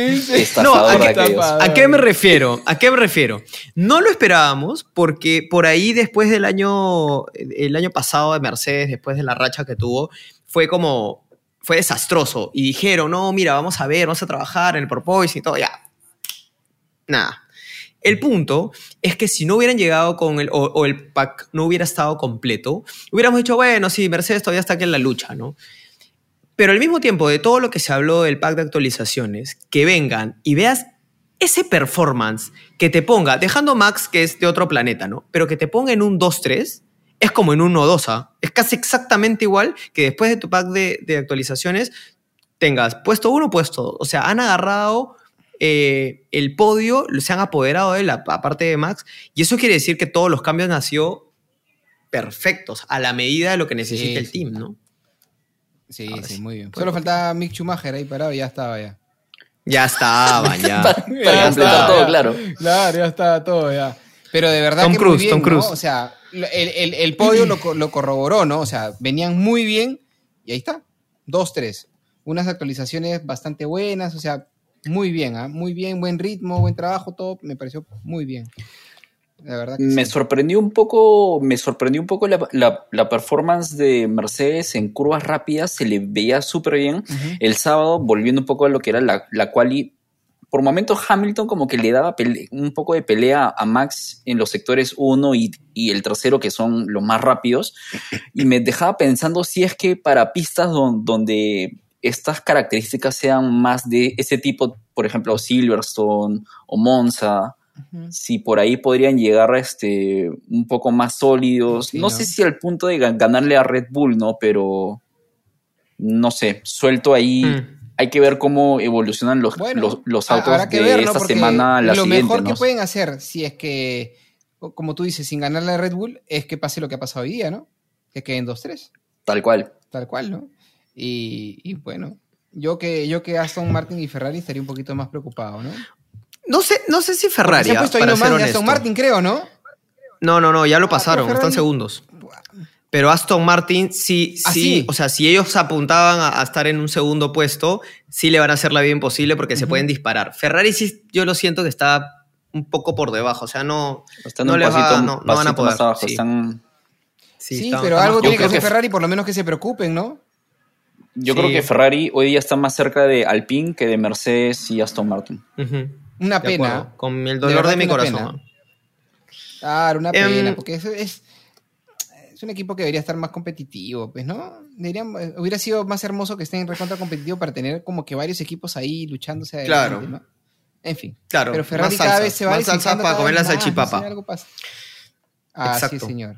¿A qué me refiero? No lo esperábamos porque por ahí después el año pasado de Mercedes, después de la racha que tuvo, fue desastroso. Y dijeron, no, mira, vamos a trabajar en el porpoise y todo, ya. Nada. El punto es que si no hubieran llegado con o el pack no hubiera estado completo, hubiéramos dicho, bueno, sí, Mercedes todavía está aquí en la lucha, ¿no? Pero al mismo tiempo, de todo lo que se habló del pack de actualizaciones, que vengan y veas ese performance que te ponga, dejando Max, que es de otro planeta, ¿no? Pero que te ponga en un 2-3, es como en un 1-2, ¿ah? Es casi exactamente igual que después de tu pack de actualizaciones tengas puesto 1, puesto 2. O sea, han agarrado el podio, se han apoderado de la parte de Max, y eso quiere decir que todos los cambios han sido perfectos, a la medida de lo que necesita el team, ¿no? Sí, muy bien. Solo faltaba Mick Schumacher ahí parado y ya estaba ya. Ya estaban, ya. Para completar todo, claro. Claro, ya estaba todo, ya. Pero de verdad que muy bien, Tom Cruise. ¿No? O sea, el podio lo corroboró, ¿no? O sea, venían muy bien y ahí está, 2-3. Unas actualizaciones bastante buenas, o sea, muy bien, muy bien, buen ritmo, buen trabajo, todo me pareció muy bien. La verdad que me sorprendió un poco la performance de Mercedes en curvas rápidas, se le veía súper bien. Uh-huh. El sábado, volviendo un poco a lo que era la quali, por momentos Hamilton como que le daba un poco de pelea a Max en los sectores 1 y el tercero, que son los más rápidos, y me dejaba pensando si es que para pistas donde estas características sean más de ese tipo, por ejemplo, Silverstone o Monza, uh-huh, si por ahí podrían llegar un poco más sólidos. Sí, no sé si al punto de ganarle a Red Bull, ¿no? Pero no sé, suelto ahí. Hay que ver cómo evolucionan los autos de ver, ¿no? Esta semana a la siguiente. Lo mejor que pueden hacer, si es que, como tú dices, sin ganarle a Red Bull, es que pase lo que ha pasado hoy día, ¿no? Que queden 2-3. Tal cual, ¿no? Y bueno, yo que Aston Martin y Ferrari estaría un poquito más preocupado, ¿no? No sé si Ferrari. Se ha puesto ahí nomás de Aston Martin, creo, ¿no? No, ya lo pasaron, están segundos. Pero Aston Martin sí. O sea, si ellos apuntaban a estar en un segundo puesto, sí le van a hacer la vida imposible porque se pueden disparar. Ferrari sí, yo lo siento que está un poco por debajo, o sea, no van a poder. Abajo, sí, pero algo tiene que hacer Ferrari, por lo menos que se preocupen, ¿no? Yo creo que Ferrari hoy día está más cerca de Alpine que de Mercedes y Aston Martin. Una pena. Con el dolor de mi corazón. Claro, una pena, porque es un equipo que debería estar más competitivo, pues, ¿no? Hubiera sido más hermoso que estén recontra competitivo para tener como que varios equipos ahí luchándose adelante, claro. ¿no? En fin. Claro, pero Ferrari cada vez se va más salsa para comer la salchipapa. No sé, algo pasa. Exacto. Sí, señor.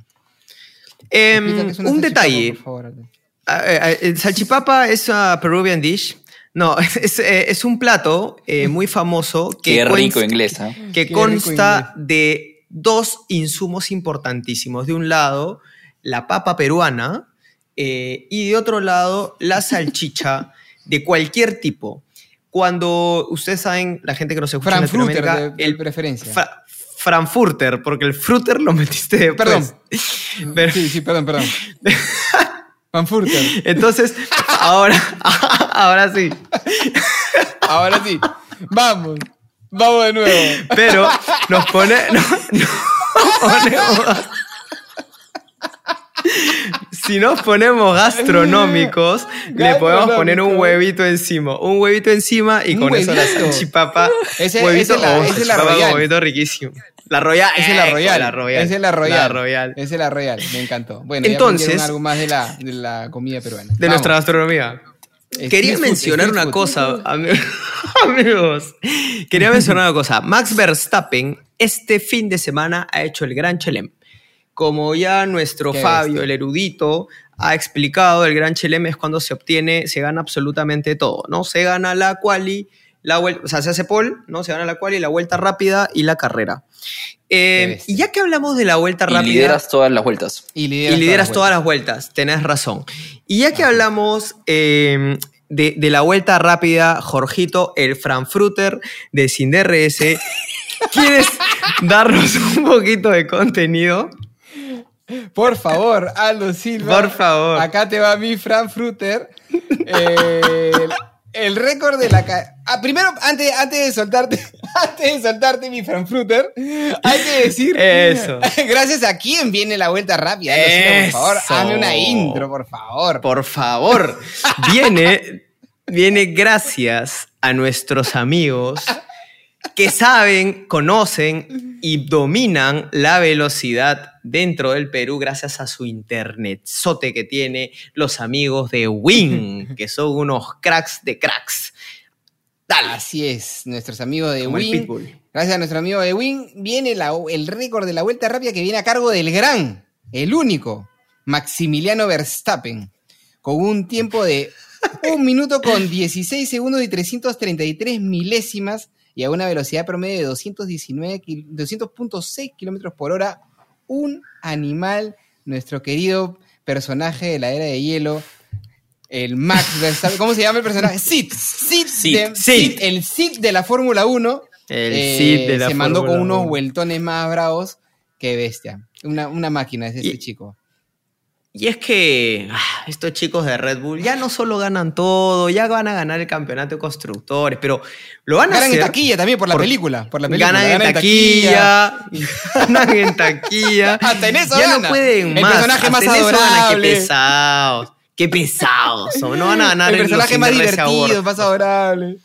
Un detalle. Por favor. El salchipapa es a Peruvian dish. No, es un plato muy famoso que rico inglés, ¿eh? Que consta de dos insumos importantísimos. De un lado, la papa peruana y de otro lado, la salchicha de cualquier tipo. Cuando ustedes saben, la gente que nos escucha en Latinoamérica, de preferencia. Frankfurter, porque el fruter lo metiste después. Perdón. Sí, perdón. Frankfurter. Entonces, ahora sí. Ahora sí. Vamos de nuevo. Pero nos ponemos... Si nos ponemos gastronómicos, le podemos poner un huevito encima. Un huevito encima y con eso la salchipapa. Esa es la Royal. Un huevito riquísimo. La Royal. Esa es la Royal. Esa es la Royal. Esa es la Royal. Me encantó. Bueno, entonces, ya algo más de la comida peruana. De nuestra gastronomía. Quería mencionar una cosa, amigos. Quería mencionar una cosa. Max Verstappen este fin de semana ha hecho el Gran Chelem. Como ya nuestro Fabio, el erudito, ha explicado, el Gran Chelem es cuando se gana absolutamente todo, ¿no? Se gana la quali, la vuelta, o sea, se hace pole, ¿no? Se gana la quali, la vuelta rápida y la carrera. Y ya que hablamos de la vuelta rápida... Y lideras todas las vueltas. Y lideras todas las vueltas, tenés razón. Y ya que hablamos de la vuelta rápida, Jorgito, el Frankfurter de Sin DRS, ¿quieres darnos un poquito de contenido? Por favor, Aldo Silva. Por favor. Acá te va mi Frankfurter. El récord de la... primero, antes de soltarte mi Frankfurter, hay que decir... Eso. Gracias a quién viene la vuelta rápida. Aldo Silva, por favor, hazme una intro, por favor. Por favor. Viene gracias a nuestros amigos que saben, conocen y dominan la velocidad dentro del Perú gracias a su internetzote que tiene los amigos de Wing, que son unos cracks de cracks. Dale. Así es, nuestros amigos de Wing. Gracias a nuestro amigo de Wing viene el récord de la vuelta rápida que viene a cargo del el único, Maximiliano Verstappen, con un tiempo de 1 minuto con 16 segundos y 333 milésimas y a una velocidad promedio de 200.6 kilómetros por hora. Un animal, nuestro querido personaje de la Era de Hielo, el Max Verstappen. ¿Cómo se llama el personaje? Sid, el Sid de la Fórmula 1. El Sid de la Fórmula 1. Se mandó con unos vueltones más bravos. Qué bestia. Una máquina es este chico. Y es que estos chicos de Red Bull ya no solo ganan todo, ya van a ganar el campeonato de constructores, pero lo van a hacer... Ganan en taquilla también por la película. Ganan en taquilla. Ganan en taquilla. Hasta en eso ya gana. No pueden el más. Personaje más adorable. Qué pesados son. No van a ganar el personaje más divertido, más adorable.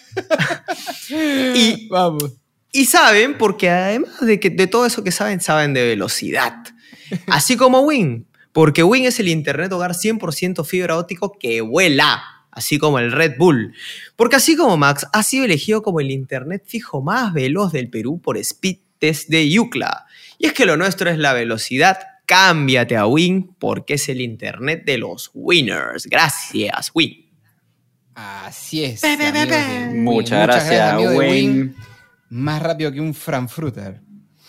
Vamos. Y saben, porque además de todo eso que saben de velocidad. Así como Wing. Porque Wing es el internet hogar 100% fibra óptico que vuela, así como el Red Bull. Porque así como Max ha sido elegido como el internet fijo más veloz del Perú por Speed Test de UCLA. Y es que lo nuestro es la velocidad. Cámbiate a Wing porque es el internet de los winners. Gracias, Wing. Así es. Muchas gracias, Wing. Más rápido que un Frankfurter.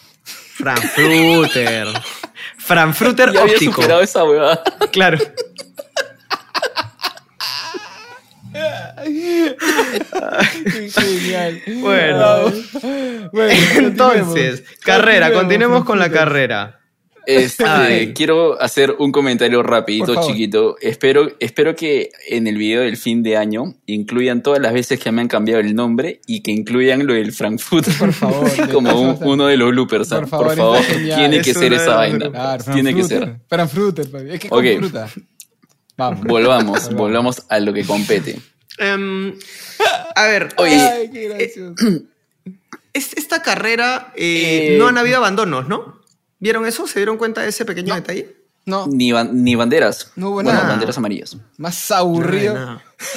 Frankfurter ya óptico. Había superado esa huevada. Claro. Genial. Bueno, entonces, continuemos con la carrera. Quiero hacer un comentario rapidito, chiquito. Espero que en el video del fin de año incluyan todas las veces que me han cambiado el nombre y que incluyan lo del Frankfurt. Por favor. Como uno de los bloopers. Por favor, tiene que ser esa vaina. Claro, tiene que ser. Frankfurt, es que con fruta. Vamos. Volvamos a lo que compete. A ver, oye. Ay, qué gracioso. Esta carrera no han habido abandonos, ¿no? ¿Vieron eso? ¿Se dieron cuenta de ese pequeño detalle? No. Ni banderas. No hubo nada. Banderas amarillas. Más aburrido. No.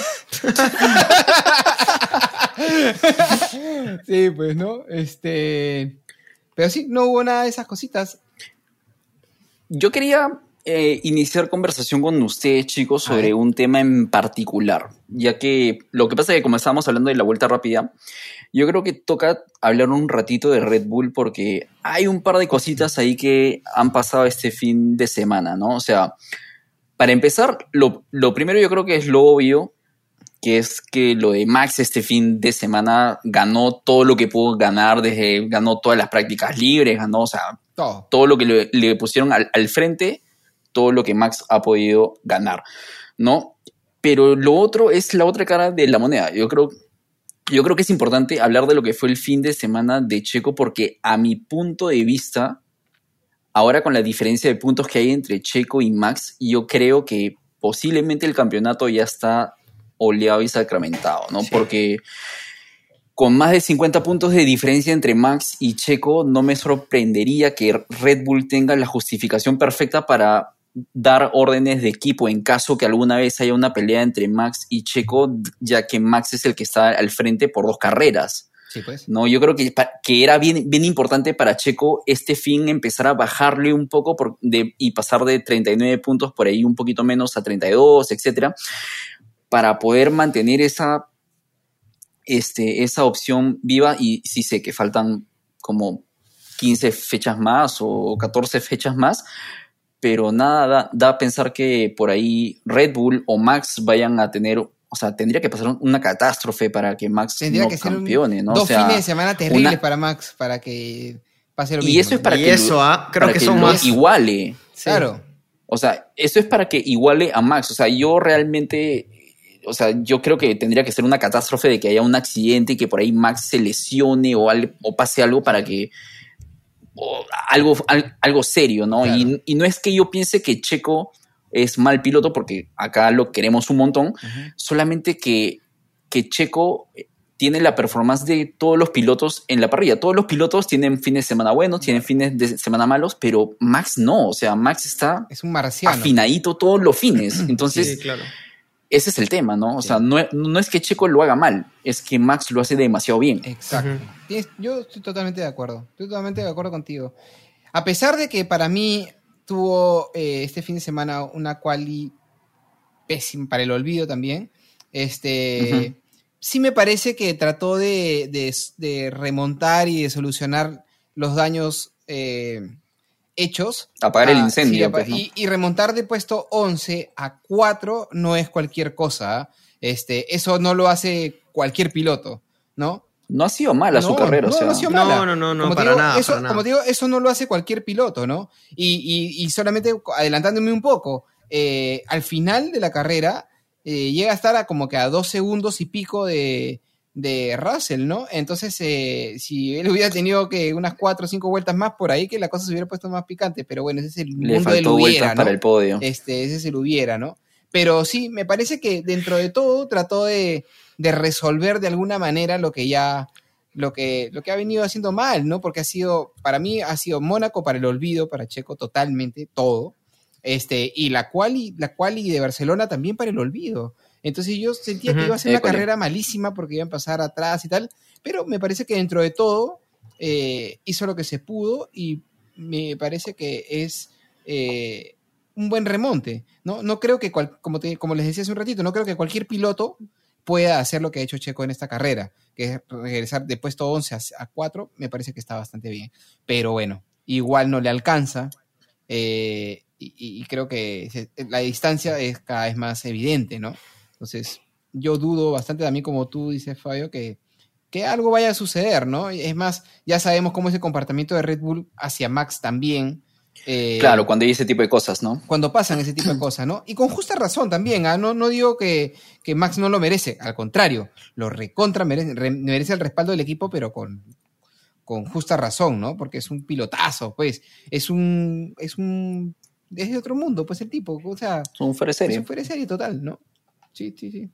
Sí, pues, ¿no? Pero sí, no hubo nada de esas cositas. Yo quería iniciar conversación con ustedes, chicos, sobre un tema en particular, ya que lo que pasa es que como estábamos hablando de la vuelta rápida, yo creo que toca hablar un ratito de Red Bull porque hay un par de cositas ahí que han pasado este fin de semana, ¿no? O sea, para empezar, lo primero yo creo que es lo obvio, que es que lo de Max este fin de semana ganó todo lo que pudo ganar, ganó todas las prácticas libres, ganó, o sea, todo lo que le pusieron al frente, todo lo que Max ha podido ganar, ¿no? Pero lo otro es la otra cara de la moneda. Yo creo que es importante hablar de lo que fue el fin de semana de Checo porque a mi punto de vista, ahora con la diferencia de puntos que hay entre Checo y Max, yo creo que posiblemente el campeonato ya está oleado y sacramentado, ¿no? Sí. Porque con más de 50 puntos de diferencia entre Max y Checo, no me sorprendería que Red Bull tenga la justificación perfecta para dar órdenes de equipo en caso que alguna vez haya una pelea entre Max y Checo, ya que Max es el que está al frente por 2 carreras. Sí, pues. No, yo creo que era bien importante para Checo este fin empezar a bajarle un poco y pasar de 39 puntos por ahí un poquito menos a 32, etcétera, para poder mantener esa opción viva. Y sí sé que faltan como 15 fechas más o 14 fechas más, pero nada da a pensar que por ahí Red Bull o Max vayan a tener, o sea, tendría que pasar una catástrofe para que Max no campeone, ¿no? 2 fines de semana terribles para Max, para que pase lo mismo. Y eso es para creo que son más iguale. Claro. O sea, eso es para que iguale a Max. O sea, yo realmente, o sea, yo creo que tendría que ser una catástrofe de que haya un accidente y que por ahí Max se lesione o pase algo para que algo serio, ¿no? Claro. Y no es que yo piense que Checo es mal piloto, porque acá lo queremos un montón, solamente que Checo tiene la performance de todos los pilotos en la parrilla. Todos los pilotos tienen fines de semana buenos, tienen fines de semana malos, pero Max no. O sea, Max está es un marciano, afinadito todos los fines. Entonces, sí, claro. Ese es el tema, ¿no? O sea, no es que Checo lo haga mal, es que Max lo hace demasiado bien. Exacto. Yo estoy totalmente de acuerdo. Estoy totalmente de acuerdo contigo. A pesar de que para mí tuvo este fin de semana una quali pésima para el olvido también, sí me parece que trató de remontar y de solucionar los daños hechos. Apagar el incendio. Sí, pues, ¿no? Y remontar de puesto 11 a 4 no es cualquier cosa. Eso no lo hace cualquier piloto, ¿no? No ha sido mala su carrera. No ha sido mala. No, para nada. Como te digo, eso no lo hace cualquier piloto, ¿no? Y solamente adelantándome un poco, al final de la carrera llega a estar como que a 2 segundos y pico de Russell, ¿no? Entonces, si él hubiera tenido que unas 4 o 5 vueltas más por ahí, que la cosa se hubiera puesto más picante, pero bueno, ese es el mundo del hubiera, ¿no? Para el podio. Ese es el hubiera, ¿no? Pero sí, me parece que dentro de todo trató de resolver de alguna manera lo que ha venido haciendo mal, ¿no? Porque para mí ha sido Mónaco para el olvido, para Checo totalmente, todo. Y la quali de Barcelona también para el olvido. Entonces yo sentía que iba a ser una carrera malísima porque iban a pasar atrás y tal, pero me parece que dentro de todo hizo lo que se pudo y me parece que es un buen remonte, ¿no? No creo que, como les decía hace un ratito, no creo que cualquier piloto pueda hacer lo que ha hecho Checo en esta carrera, que es regresar de puesto 11 a 4, me parece que está bastante bien. Pero bueno, igual no le alcanza y creo que la distancia es cada vez más evidente, ¿no? Entonces, yo dudo bastante también, como tú dices, Fabio, que algo vaya a suceder, ¿no? Es más, ya sabemos cómo es el comportamiento de Red Bull hacia Max también. Claro, cuando hay ese tipo de cosas, ¿no? Cuando pasan ese tipo de cosas, ¿no? Y con justa razón también, ¿eh? No digo que Max no lo merece, al contrario, lo recontra merece el respaldo del equipo, pero con justa razón, ¿no? Porque es un pilotazo, pues, es de otro mundo, pues el tipo, o sea... Es un fuera de serie. Es un fuera de serie total, ¿no? Sí.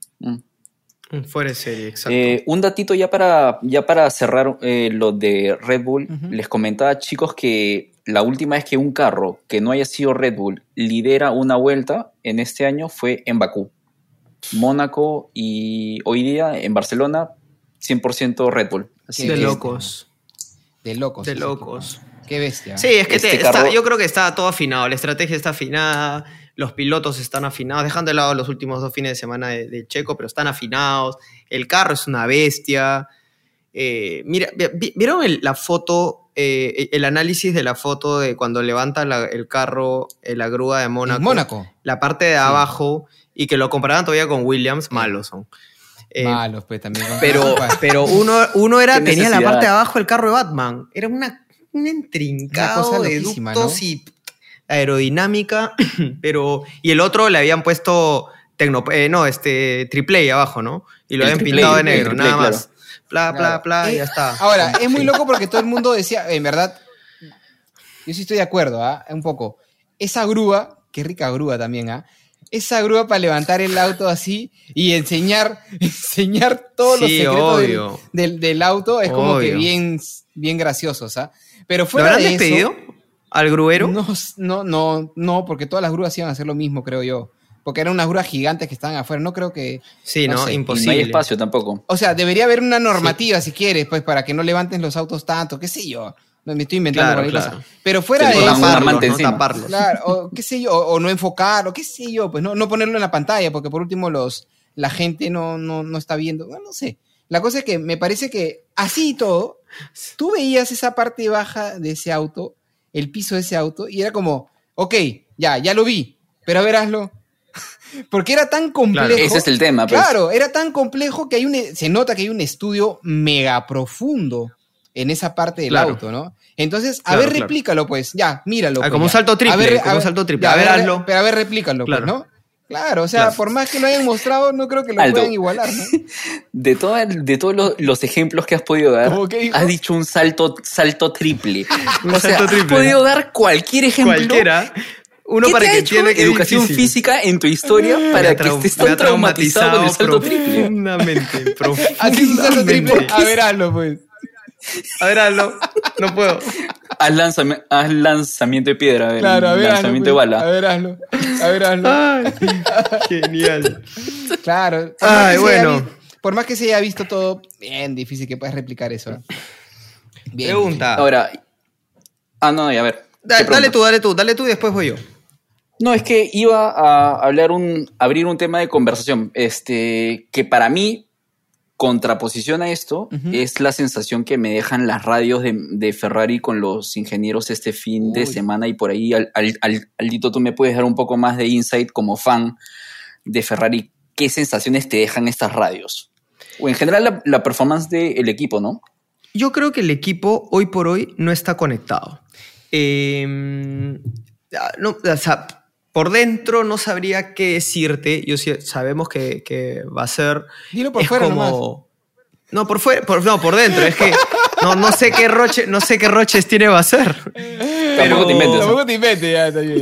Un fuera de serie, exacto. Un datito ya para cerrar lo de Red Bull. Les comentaba, chicos, que la última vez que un carro que no haya sido Red Bull lidera una vuelta en este año fue en Bakú. Mónaco y hoy día en Barcelona 100% Red Bull. Así de locos. De locos. Qué bestia. Sí, es que yo creo que está todo afinado. La estrategia está afinada, los pilotos están afinados, dejando de lado los últimos 2 fines de semana de Checo, pero están afinados. El carro es una bestia. Mira, ¿vieron la foto, el análisis de la foto de cuando levanta el carro, la grúa de Mónaco? ¿En Mónaco? La parte de abajo, y que lo comparaban todavía con Williams, malos son. Malos, pues también. Pero uno tenía la parte de abajo del carro de Batman. Era un intrincado de ductos, ¿no? Y aerodinámica, y el otro le habían puesto Triple A abajo, ¿no? Y lo habían pintado de negro, nada más. Bla, y ya está. Ahora, es muy loco porque todo el mundo decía, en verdad, yo sí estoy de acuerdo, un poco. Esa grúa, qué rica grúa también, esa grúa para levantar el auto así y enseñar todos los secretos del auto es como que bien graciosos, Pero fuera ¿lo habrán de despedido al gruero? No, porque todas las grúas iban a hacer lo mismo, creo yo. Porque eran unas grúas gigantes que estaban afuera, no creo que... Sí, no sé, imposible. Y no hay espacio tampoco. O sea, debería haber una normativa, si quieres, pues, para que no levanten los autos tanto, qué sé yo. Me estoy inventando cualquier cosa. Pero fuera de eso... Taparlos. Claro, o qué sé yo, o no enfocar, o qué sé yo, pues no ponerlo en la pantalla, porque por último la gente no está viendo. Bueno, no sé. La cosa es que me parece que así y todo, tú veías esa parte baja de ese auto, el piso de ese auto, y era como, ok, ya lo vi, pero a ver, hazlo. Porque era tan complejo. Claro, ese es el tema. Pues. Claro, era tan complejo que se nota que hay un estudio mega profundo en esa parte del auto, ¿no? Entonces, a ver, replícalo, pues. Ya, míralo. Pues, como un salto triple. A ver, hazlo. Pero a ver, replícalo, pues, ¿no? Claro, o sea, por más que lo hayan mostrado, no creo que lo puedan igualar, ¿no? De todos los ejemplos que has podido dar, has dicho un salto triple. Has podido dar cualquier ejemplo. Cualquiera. Uno para que entienda que educación física en tu historia para que estés tan traumatizado con el salto triple. Profundamente. Así es un salto triple. A ver, hazlo, pues. A ver, hazlo. No puedo. Haz lanzamiento de piedra, claro, a ver, lanzamiento de bala. A ver, hazlo. Ay, genial. Claro. Bueno. Por más que se haya visto todo, bien difícil que puedas replicar eso. Bien pregunta. Difícil. Ahora. No, a ver. Dale tú y después voy yo. No, es que iba a abrir un tema de conversación, que para mí, contraposición a esto, es la sensación que me dejan las radios de Ferrari con los ingenieros este fin de semana, y por ahí, Aldito, tú me puedes dar un poco más de insight como fan de Ferrari. ¿Qué sensaciones te dejan estas radios? O en general la performance del equipo, ¿no? Yo creo que el equipo hoy por hoy no está conectado. Por dentro no sabría qué decirte. Sabemos que va a ser... Dilo por fuera nomás. No, por fuera, por dentro. Es que no sé qué roches tiene va a ser. Tampoco te inventes.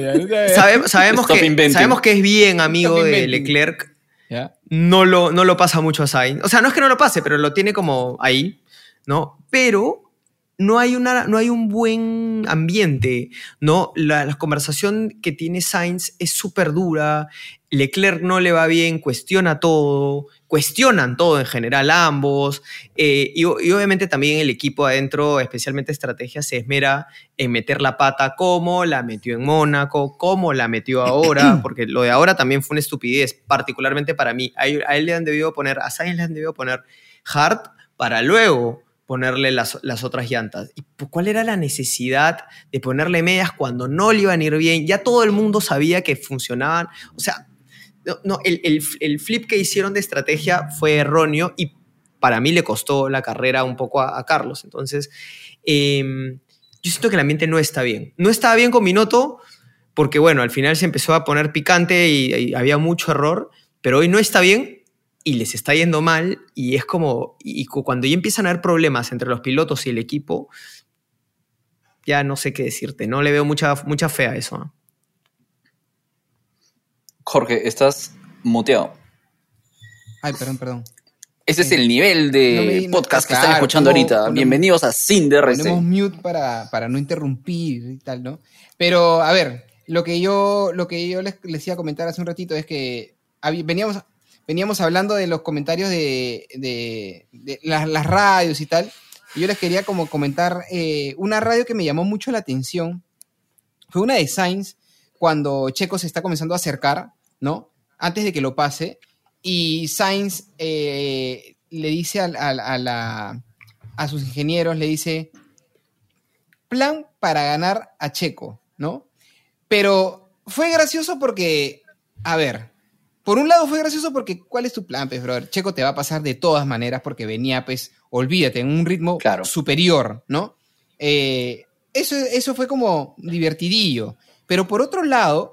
Sabemos que es bien amigo de Leclerc. ¿Ya? No lo pasa mucho a Sainz. O sea, no es que no lo pase, pero lo tiene como ahí, ¿no? Pero... No hay un buen ambiente, ¿no? La conversación que tiene Sainz es súper dura, Leclerc no le va bien, cuestionan todo en general ambos, y obviamente también el equipo adentro, especialmente estrategia, se esmera en meter la pata como la metió en Mónaco, como la metió ahora, porque lo de ahora también fue una estupidez, particularmente para mí. A Sainz le han debido poner hard para luego ponerle las otras llantas. ¿Y cuál era la necesidad de ponerle medias cuando no le iban a ir bien? Ya todo el mundo sabía que funcionaban. O sea, el flip que hicieron de estrategia fue erróneo y para mí le costó la carrera un poco a Carlos. Entonces, yo siento que el ambiente no está bien. No estaba bien con Binotto porque, bueno, al final se empezó a poner picante y había mucho error, pero hoy no está bien y les está yendo mal y es como... Y cuando ya empiezan a haber problemas entre los pilotos y el equipo, ya no sé qué decirte. No le veo mucha fe a eso, ¿no? Jorge, estás muteado. Ay, perdón. Ese es el nivel de podcast que están escuchando ahorita. Bienvenidos a Sin DRC. Ponemos mute para no interrumpir y tal, ¿no? Pero, a ver, lo que yo les iba a comentar hace un ratito es que veníamos hablando de los comentarios de las radios y tal. Y yo les quería como comentar una radio que me llamó mucho la atención. Fue una de Sainz cuando Checo se está comenzando a acercar, ¿no? Antes de que lo pase. Y Sainz le dice a sus ingenieros, le dice, plan para ganar a Checo, ¿no? Pero fue gracioso porque, a ver, por un lado fue gracioso porque, ¿cuál es tu plan, pues, brother? Checo te va a pasar de todas maneras porque venía, pues, olvídate, en un ritmo superior, ¿no? Eso fue como divertidillo. Pero por otro lado,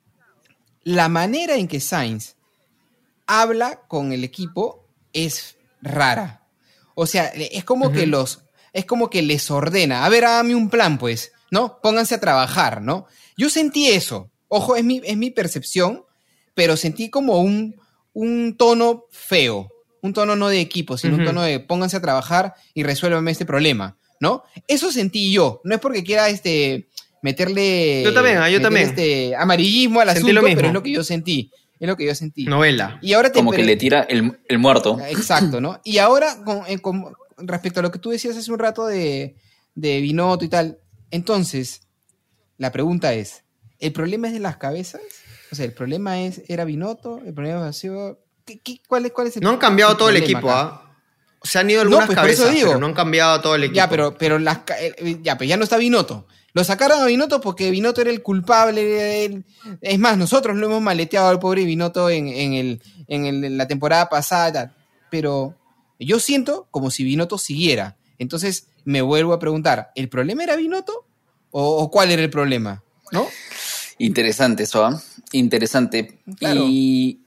la manera en que Sainz habla con el equipo es rara. O sea, es como que les ordena, a ver, hágame un plan, pues, ¿no? Pónganse a trabajar, ¿no? Yo sentí eso. Ojo, es mi percepción, pero sentí como un tono feo. Un tono no de equipo, sino un tono de pónganse a trabajar y resuélvanme este problema, ¿no? Eso sentí yo. No es porque quiera meterle... Yo también. Amarillismo al asunto, pero es lo que yo sentí. Es lo que yo sentí. Novela. Y ahora como que le tira el muerto. Exacto, ¿no? Y ahora, con respecto a lo que tú decías hace un rato de Binotto y tal, entonces, la pregunta es, ¿el problema es de las cabezas? O sea, ¿el problema era Binotto? ¿El problema ha sido... ¿Cuál es el No han cambiado todo el equipo, ¿ah? Se han ido algunas cabezas, pero no han cambiado todo el equipo. Ya, pero ya no está Binotto. Lo sacaron a Binotto porque Binotto era el culpable. Es más, nosotros lo hemos maleteado al pobre Binotto en la temporada pasada. Pero yo siento como si Binotto siguiera. Entonces me vuelvo a preguntar, ¿el problema era Binotto? ¿O cuál era el problema? ¿No? Interesante eso, ¿ah? Interesante. Claro. Y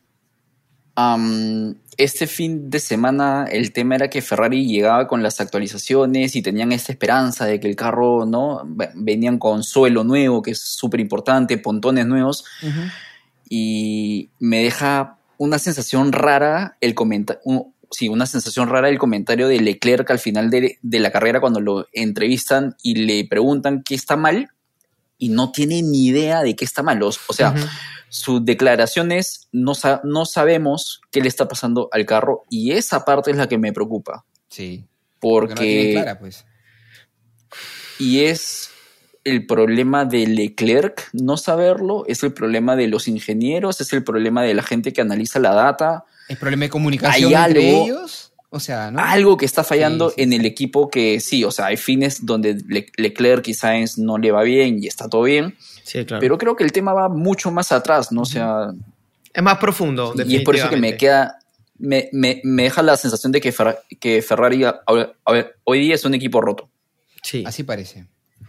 este fin de semana el tema era que Ferrari llegaba con las actualizaciones y tenían esta esperanza de que el carro, ¿no? Venían con suelo nuevo, que es súper importante, pontones nuevos. Uh-huh. Y me deja una sensación rara el comentario de Leclerc al final de la carrera cuando lo entrevistan y le preguntan qué está mal y no tiene ni idea de qué está mal. O sea, uh-huh. Sus declaraciones no sabemos qué le está pasando al carro y esa parte es la que me preocupa. Sí. Porque no tiene clara, pues. Y es el problema de Leclerc no saberlo, es el problema de los ingenieros, es el problema de la gente que analiza la data. ¿Es problema de comunicación entre ellos? O sea, ¿no? Algo que está fallando en el equipo que sí, o sea, hay fines donde Leclerc y Sainz no le va bien y está todo bien. Sí, claro. Pero creo que el tema va mucho más atrás, ¿no? O sea... Es más profundo, y es por eso que me queda... Me deja la sensación de que Ferrari hoy día es un equipo roto. Sí. Así parece.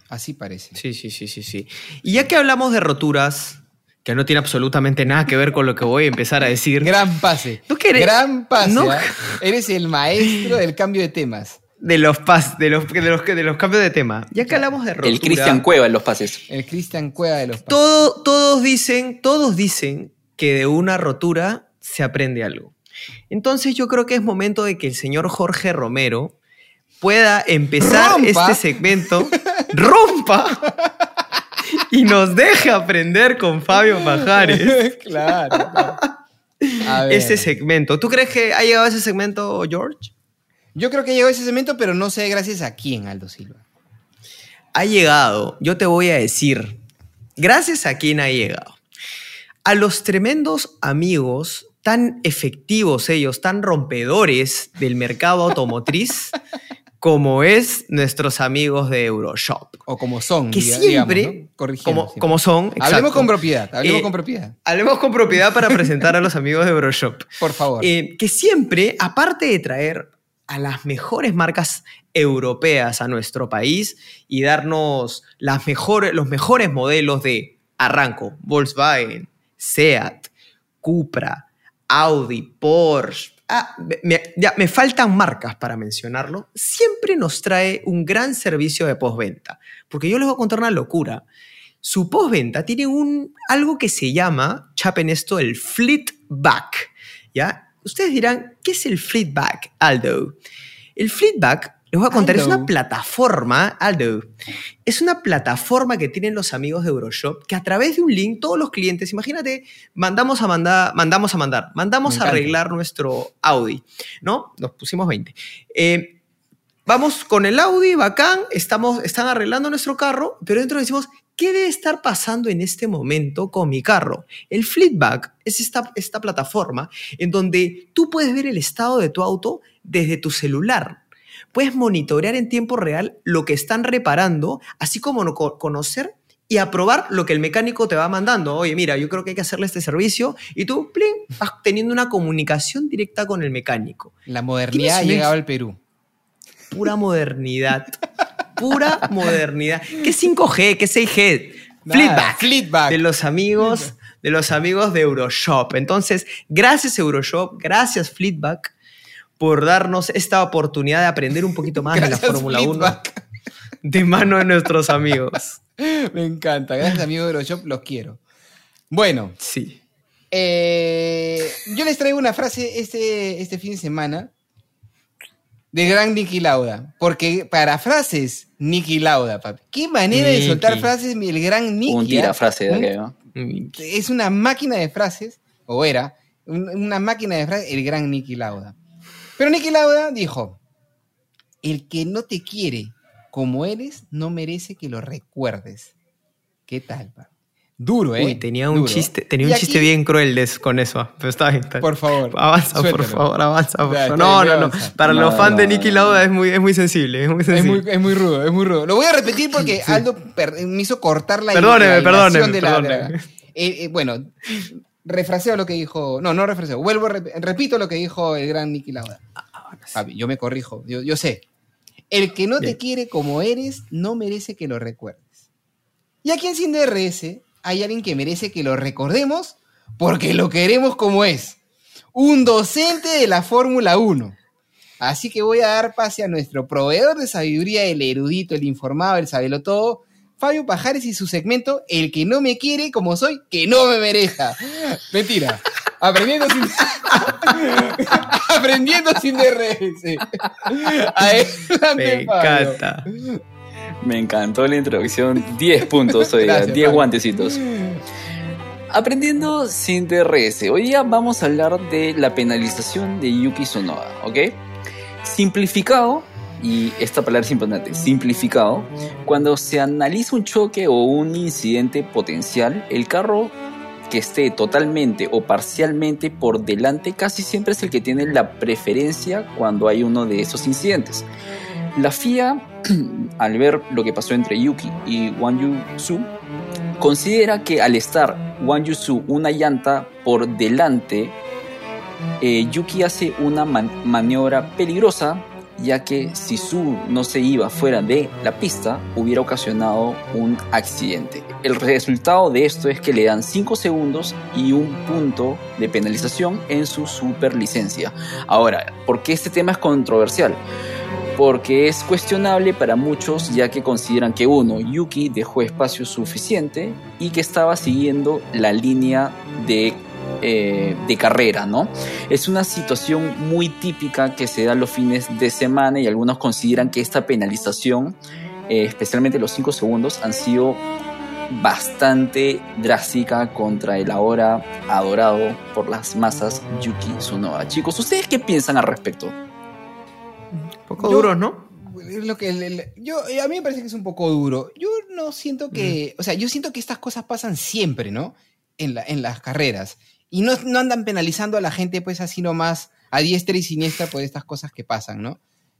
Sí. Y ya que hablamos de roturas, que no tiene absolutamente nada que ver con lo que voy a empezar a decir... Gran pase. ¿Tú qué eres? Gran pase. ¿No? Eres el maestro del cambio de temas. De los cambios de tema. Ya que hablamos de rotura... El Cristian Cueva en los pases. El Cristian Cueva de los pases. Todos dicen que de una rotura se aprende algo. Entonces yo creo que es momento de que el señor Jorge Romero pueda empezar este segmento, rompa y nos deje aprender con Fabio Pajares. Claro. Ese segmento. ¿Tú crees que ha llegado ese segmento, George? Yo creo que llegó ese segmento, pero no sé gracias a quién, Aldo Silva. Ha llegado, yo te voy a decir, gracias a quién ha llegado. A los tremendos amigos, tan efectivos ellos, tan rompedores del mercado automotriz, como es nuestros amigos de Euroshop. O como son, que siempre, digamos, ¿no? Corrigiendo, como son, exacto. Hablemos con propiedad, Hablemos con propiedad para presentar a los amigos de Euroshop. Por favor. Que siempre, aparte de traer a las mejores marcas europeas a nuestro país y darnos los mejores modelos de arranco, Volkswagen, Seat, Cupra, Audi, Porsche. Me faltan marcas para mencionarlo. Siempre nos trae un gran servicio de postventa. Porque yo les voy a contar una locura. Su postventa tiene algo que se llama, chapen esto, el Fleetback, ¿ya? Ustedes dirán, ¿qué es el Fleetback, Aldo? El Fleetback, les voy a contar, es una plataforma, Aldo, es una plataforma que tienen los amigos de Euroshop que a través de un link, todos los clientes, imagínate, mandamos a arreglar nuestro Audi, ¿no? Nos pusimos 20. Vamos con el Audi, bacán, están arreglando nuestro carro, pero dentro decimos, ¿qué debe estar pasando en este momento con mi carro? El Fleetback es esta plataforma en donde tú puedes ver el estado de tu auto desde tu celular. Puedes monitorear en tiempo real lo que están reparando, así como conocer y aprobar lo que el mecánico te va mandando. Oye, mira, yo creo que hay que hacerle este servicio y tú, plin, vas teniendo una comunicación directa con el mecánico. La modernidad ha llegado al Perú. Pura modernidad. Pura modernidad. ¿Qué 5G? ¿Qué 6G? Fleetback. De los amigos de Euroshop. Entonces, gracias Euroshop, gracias Fleetback por darnos esta oportunidad de aprender un poquito más de la Fórmula 1 de mano de nuestros amigos. Me encanta. Gracias amigos de Euroshop, los quiero. Bueno. Sí. Yo les traigo una frase este fin de semana de gran Niki Lauda, porque para frases, Niki Lauda, papi. Qué manera de soltar frases el gran Niki. Un tirafrase de aquello. Es una máquina de frases, o era, una máquina de frases, el gran Niki Lauda. Pero Niki Lauda dijo, el que no te quiere como eres, no merece que lo recuerdes. ¿Qué tal, papi? Duro, ¿eh? Uy, tenía un chiste bien cruel con eso, pero está bien. Por favor. Avanza, suéltalo. Por favor, avanza. Por favor. No. Para los fans de Niki Lauda es muy sensible. Es muy rudo. Lo voy a repetir porque Aldo me hizo cortar la Perdóneme. Bueno, refraseo lo que dijo. No refraseo. Repito lo que dijo el gran Niki Lauda. Papi, yo me corrijo. Yo sé. El que no te quiere como eres, no merece que lo recuerdes. Y aquí en Sin DRS hay alguien que merece que lo recordemos porque lo queremos como es. Un docente de la Fórmula 1. Así que voy a dar pase a nuestro proveedor de sabiduría, el erudito, el informado, el sabelotodo, Fabio Pajares, y su segmento, el que no me quiere como soy, que no me merezca. Mentira. Aprendiendo sin DRS. Me encanta. Me encantó la introducción. 10 puntos hoy día, 10 guantecitos. Aprendiendo sin DRS. Hoy día vamos a hablar de la penalización de Yuki Tsunoda, ¿ok? Simplificado, y esta palabra es importante, simplificado, cuando se analiza un choque o un incidente potencial, el carro que esté totalmente o parcialmente por delante casi siempre es el que tiene la preferencia cuando hay uno de esos incidentes. La FIA, al ver lo que pasó entre Yuki y Wang Yusu, considera que al estar Wang Yusu una llanta por delante, Yuki hace una maniobra peligrosa, ya que si Su no se iba fuera de la pista, hubiera ocasionado un accidente. El resultado de esto es que le dan 5 segundos y 1 punto de penalización en su superlicencia. Ahora, ¿por qué este tema es controversial? Porque es cuestionable para muchos, ya que consideran que Yuki dejó espacio suficiente y que estaba siguiendo la línea de carrera, ¿no? Es una situación muy típica que se da los fines de semana y algunos consideran que esta penalización, especialmente los 5 segundos, han sido bastante drástica contra el ahora adorado por las masas Yuki Tsunoda. Chicos, ¿ustedes qué piensan al respecto? Un poco duros, ¿no? A mí me parece que es un poco duro. Yo no siento que... O sea, yo siento que estas cosas pasan siempre, ¿no? En las carreras. Y no andan penalizando a la gente pues así nomás a diestra y siniestra por estas cosas que pasan, ¿no?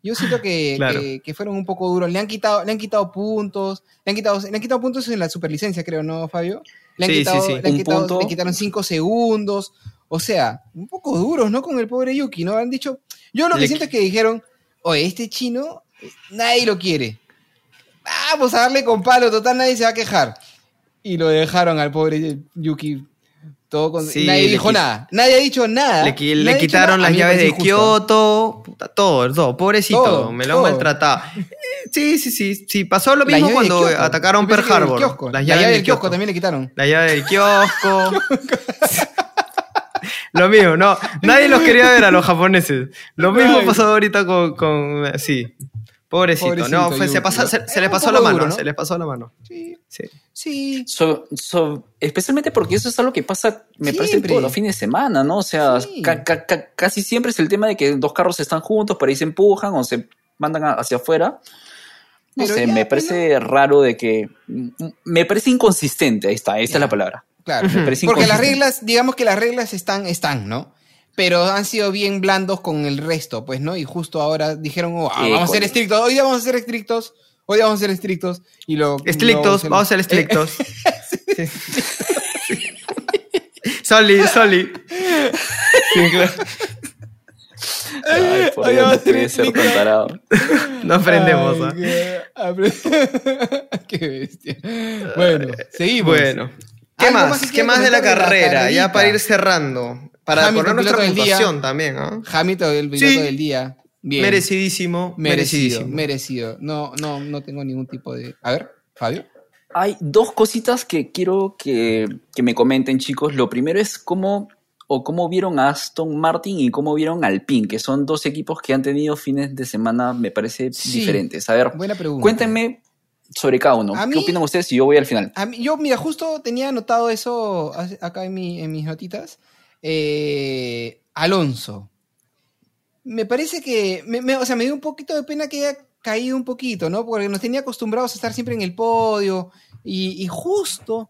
Yo siento que fueron un poco duros. Le han quitado puntos. Le han quitado puntos en la superlicencia, creo, ¿no, Fabio? Le quitaron 5 segundos. O sea, un poco duros, ¿no? Con el pobre Yuki, ¿no? Han dicho... Yo lo que siento es que dijeron, oye, este chino, nadie lo quiere. Vamos a darle con palo, total, nadie se va a quejar. Y lo dejaron al pobre Yuki todo con... nadie dijo nada. Nadie ha dicho nada. Le quitaron las llaves de Kioto, todo. Pobrecito, todo, me lo han maltratado. Sí. Pasó lo mismo cuando atacaron Pearl Harbor. La llave del kiosco también le quitaron. La llave del kiosco. Lo mismo, no. Nadie los quería ver a los japoneses. Lo mismo pasó ahorita con sí. Pobrecito. No, se les pasó la mano. ¿No? Se les pasó la mano. Sí. Especialmente porque eso es algo que pasa, me parece, todos los fines de semana, ¿no? O sea, casi siempre es el tema de que dos carros están juntos, por ahí se empujan o se mandan hacia afuera. No sé, me parece raro de que... Me parece inconsistente, esta es la palabra. Claro, porque las reglas, digamos que las reglas están, ¿no? Pero han sido bien blandos con el resto, pues, ¿no? Y justo ahora dijeron, vamos a ser estrictos, hoy día vamos a ser estrictos. Y vamos a ser estrictos. Soli. Sí, claro. Ay, por Dios, debe ser tan tarado. No aprendemos, Qué bestia. Bueno, seguimos. Bueno. ¿Qué más de la carrera? Ya para ir cerrando. Para poner nuestra puntuación también, ¿no? Hamilton, el piloto del día. Bien. Merecido. No tengo ningún tipo de... A ver, Fabio. Hay dos cositas que quiero que me comenten, chicos. Lo primero es cómo vieron a Aston Martin y cómo vieron a Alpine, que son dos equipos que han tenido fines de semana, me parece, diferentes. A ver, buena pregunta. Cuéntenme sobre cada uno. ¿Qué opinan ustedes si yo voy al final? Yo, mira, justo tenía anotado eso acá en mis notitas. Alonso. Me parece que... me dio un poquito de pena que haya caído un poquito, ¿no? Porque nos tenía acostumbrados a estar siempre en el podio y justo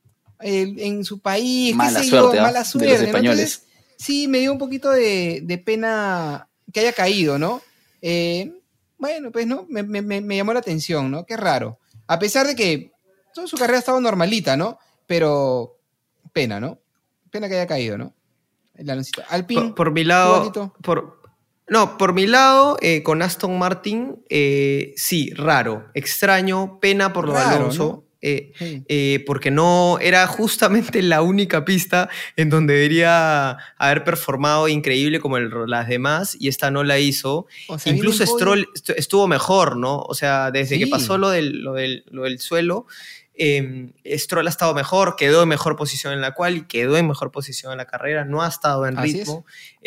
en su país... Mala suerte de los españoles. ¿No? Entonces, sí, me dio un poquito de pena que haya caído, ¿no? Bueno, pues, ¿no? Me llamó la atención, ¿no? Qué raro. A pesar de que toda su carrera estaba normalita, ¿no? Pero pena, ¿no? Pena que haya caído, ¿no? El Aloncito. Alpine. Por mi lado... Por mi lado, con Aston Martin, sí, raro, extraño, pena por lo de Alonso, ¿no? Porque no era justamente la única pista en donde debería haber performado increíble como las demás, y esta no la hizo. O sea, incluso Stroll estuvo mejor, ¿no? O sea, desde que pasó lo del suelo, Stroll ha estado mejor, quedó en mejor posición en la quali, quedó en mejor posición en la carrera, no ha estado en ritmo.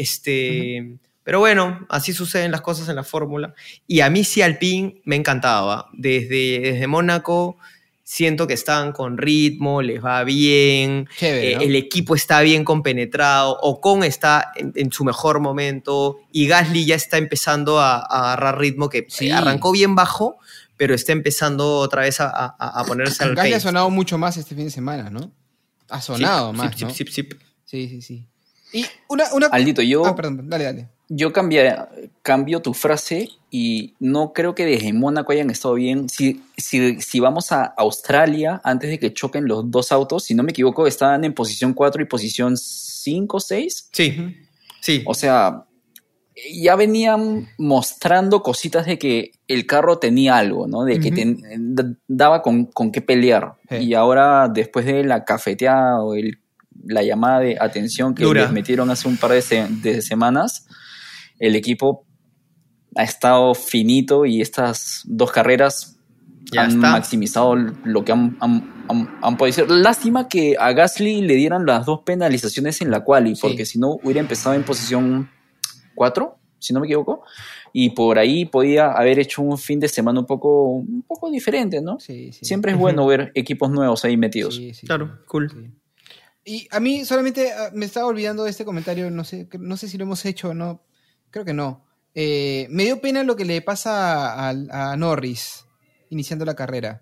Pero bueno, así suceden las cosas en la fórmula. Y a mí sí Alpine me encantaba. Desde Mónaco siento que están con ritmo, les va bien. Chévere, ¿no? El equipo está bien compenetrado. Ocon está en su mejor momento. Y Gasly ya está empezando a agarrar ritmo, que arrancó bien bajo, pero está empezando otra vez a ponerse al Gasly ha sonado mucho más este fin de semana, ¿no? Ha sonado más, ¿no? Sí. Y una... Aldito, perdón, dale. Yo cambio tu frase y no creo que desde Mónaco hayan estado bien. Si vamos a Australia, antes de que choquen los dos autos, si no me equivoco, estaban en posición 4 y posición 5, 6. Sí. O sea, ya venían mostrando cositas de que el carro tenía algo, ¿no? De que daba con qué pelear. Y ahora, después de la cafeteada o la llamada de atención que les metieron hace un par de semanas, el equipo ha estado finito y estas dos carreras han maximizado lo que han podido ser. Lástima que a Gasly le dieran las dos penalizaciones en la quali, porque si no hubiera empezado en posición 4, si no me equivoco, y por ahí podía haber hecho un fin de semana un poco diferente, ¿no? Siempre es bueno ver equipos nuevos ahí metidos. Claro, cool. Sí. Y a mí solamente me estaba olvidando de este comentario, no sé si lo hemos hecho o no, creo que no. Me dio pena lo que le pasa a Norris iniciando la carrera.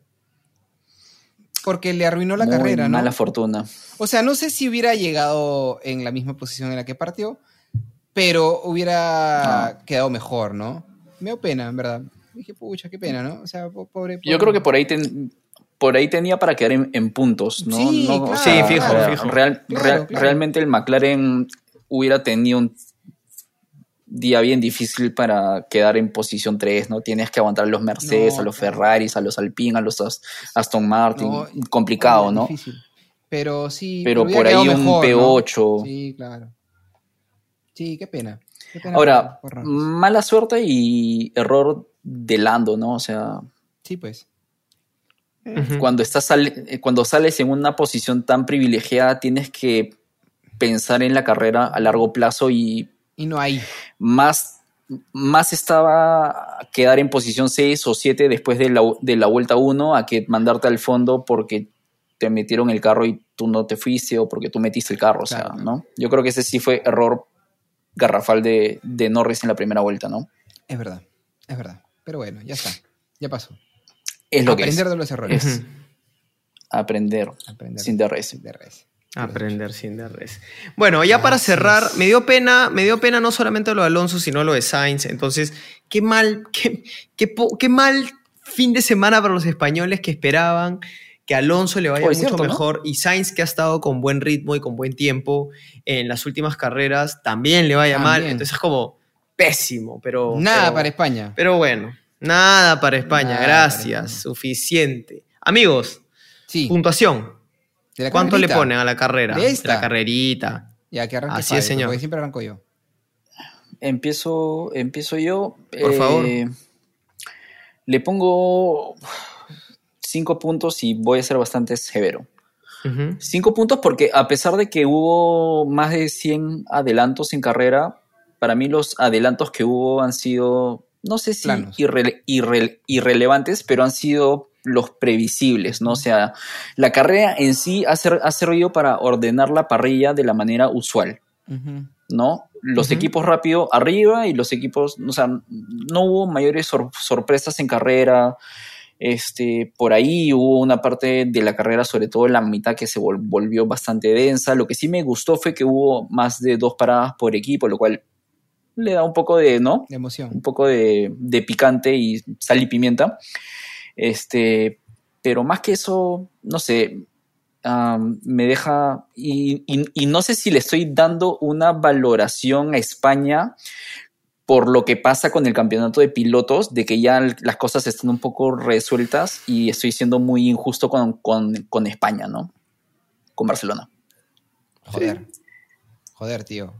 Porque le arruinó la carrera, ¿no? Mala fortuna. O sea, no sé si hubiera llegado en la misma posición en la que partió, pero hubiera quedado mejor, ¿no? me dio pena, en verdad. Dije, pucha, qué pena, ¿no? O sea, pobre. Yo creo que por ahí tenía para quedar en puntos, ¿no? Sí, no, claro, o sea, fijo. Claro. Realmente el McLaren hubiera tenido un día bien difícil para quedar en posición 3, ¿no? Tienes que aguantar a los Mercedes, a los Ferraris, a los Alpine, a los Aston Martin. Complicado, ¿no? Difícil. Pero sí. Pero por ahí un mejor, P8. ¿no? Sí, claro. Sí, qué pena. Ahora, mala suerte y error de Lando, ¿no? O sea... Sí, pues. Cuando sales en una posición tan privilegiada, tienes que pensar en la carrera a largo plazo y no hay. Más estaba quedar en posición 6 o 7 después de la vuelta 1 a que mandarte al fondo porque te metieron el carro y tú no te fuiste o porque tú metiste el carro, claro. O sea, ¿no? Yo creo que ese sí fue error garrafal de Norris en la primera vuelta, ¿no? Es verdad. Pero bueno, ya está. Ya pasó. Es lo aprender que de los errores. Es aprender sin DRS. Aprender sin DRS. Bueno, ya para cerrar, me dio pena no solamente lo de Alonso, sino lo de Sainz. Entonces, qué mal fin de semana para los españoles que esperaban que Alonso le vaya mucho mejor, ¿no? Y Sainz, que ha estado con buen ritmo y con buen tiempo en las últimas carreras, también le vaya mal. Entonces es como pésimo, pero... Para España. Pero bueno, nada para España, gracias, suficiente. Amigos, puntuación. ¿Cuánto le ponen a la carrera? De la carrerita. Ya, que arranque Así Fabio, es, señor. Porque siempre arranco yo. Empiezo yo. Por favor. Le pongo 5 puntos y voy a ser bastante severo. 5 puntos porque a pesar de que hubo más de 100 adelantos en carrera, para mí los adelantos que hubo han sido, no sé si irrelevantes, pero han sido los previsibles, ¿no? O sea, la carrera en sí ha servido para ordenar la parrilla de la manera usual, ¿no? Los equipos rápido arriba y los equipos, o sea, no hubo mayores sorpresas en carrera. Por ahí hubo una parte de la carrera, sobre todo en la mitad, que se volvió bastante densa. Lo que sí me gustó fue que hubo más de 2 paradas por equipo, lo cual le da un poco de, ¿no? De emoción. Un poco de picante y sal y pimienta. Pero más que eso, no sé, me deja, y no sé si le estoy dando una valoración a España por lo que pasa con el campeonato de pilotos, de que ya las cosas están un poco resueltas y estoy siendo muy injusto con España, ¿no? Con Barcelona. Joder, tío.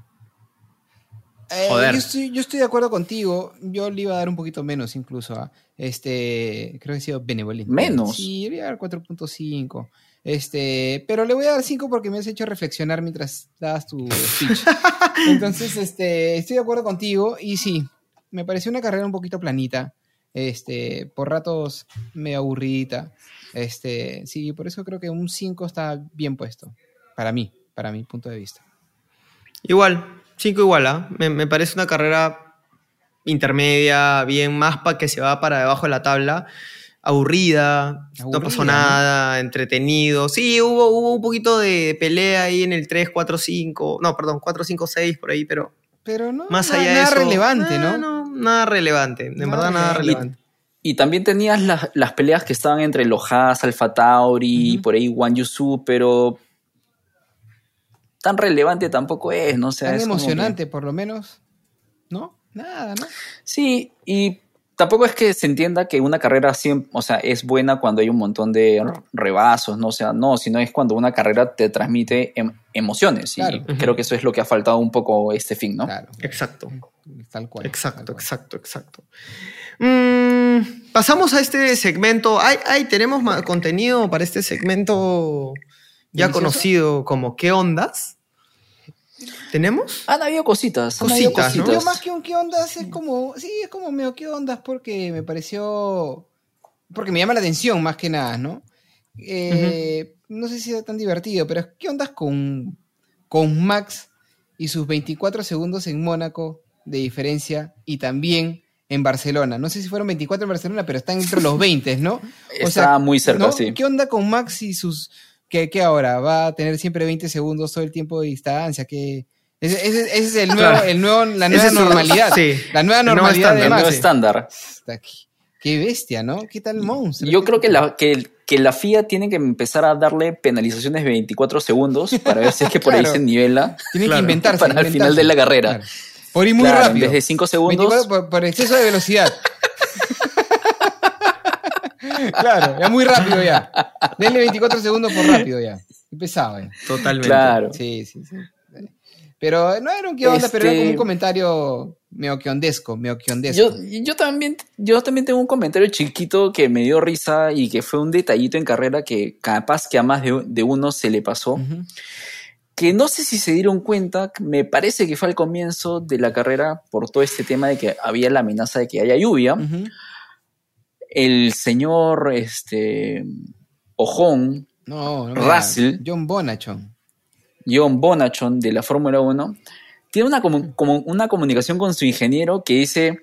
Yo estoy de acuerdo contigo. Yo le iba a dar un poquito menos incluso a creo que ha sido benevolente. ¿Menos? Sí, le iba a dar 4.5. Pero le voy a dar 5 porque me has hecho reflexionar mientras dabas tu speech. Entonces, estoy de acuerdo contigo y sí, me pareció una carrera un poquito planita. Por ratos medio aburridita. Sí, por eso creo que un 5 está bien puesto. Para mi punto de vista. Igual, 5 igual, ¿ah? Me parece una carrera intermedia, bien más para que se va para debajo de la tabla. Aburrida, no pasó nada, entretenido. Sí, hubo un poquito de pelea ahí en el 3, 4, 5. No, perdón, 4, 5, 6 por ahí, pero no, más allá de nada eso, relevante, ¿no? No, nada relevante. En verdad, nada relevante. Y también tenías las peleas que estaban entre los Haas, Alfa Tauri, y por ahí Guan Yu Su, pero tan relevante tampoco es, ¿no? O sea, tan es emocionante, por lo menos, ¿no? Nada, ¿no? Sí, y tampoco es que se entienda que una carrera así, o sea, es buena cuando hay un montón de rebazos, ¿no? O sea, no, sino es cuando una carrera te transmite emociones. Claro. Y creo que eso es lo que ha faltado un poco este fin, ¿no? Claro. Exacto. Tal cual. Exacto. Pasamos a este segmento. ¿Tenemos más contenido para este segmento ya conocido como ¿Qué ondas? ¿Tenemos? Han habido cositas, ¿no? Yo más que un qué ondas es como medio qué ondas porque me pareció, porque me llama la atención más que nada, ¿no? No sé si es tan divertido, pero qué ondas con Max y sus 24 segundos en Mónaco de diferencia y también en Barcelona. No sé si fueron 24 en Barcelona, pero están entre los 20, ¿no? Está muy cerca, ¿no? Sí. ¿Qué onda con Max y sus... ¿Qué ahora? ¿Va a tener siempre 20 segundos todo el tiempo de distancia? ¿Qué Ese es la nueva normalidad. Sí, la nueva normalidad de Max. El nuevo estándar. Qué bestia, ¿no? ¿Qué tal monstruo? Yo creo que la FIA tiene que empezar a darle penalizaciones de 24 segundos para ver si es que por ahí se nivela. Tiene que inventarse. Para el final de la carrera. Claro. Por ir muy rápido. En vez de 5 segundos. Por exceso de velocidad. Claro, ya muy rápido ya. Denle 24 segundos por rápido ya. Qué pesado ya. Totalmente. Claro. Sí. Pero no era un qué onda, pero era como un comentario meoquiondesco. Yo también tengo un comentario chiquito que me dio risa y que fue un detallito en carrera que capaz que a más de uno se le pasó. Uh-huh. Que no sé si se dieron cuenta, me parece que fue al comienzo de la carrera por todo este tema de que había la amenaza de que haya lluvia. Uh-huh. El señor Ojón, Russell, John Bonachon de la Fórmula 1 tiene una comunicación con su ingeniero que dice: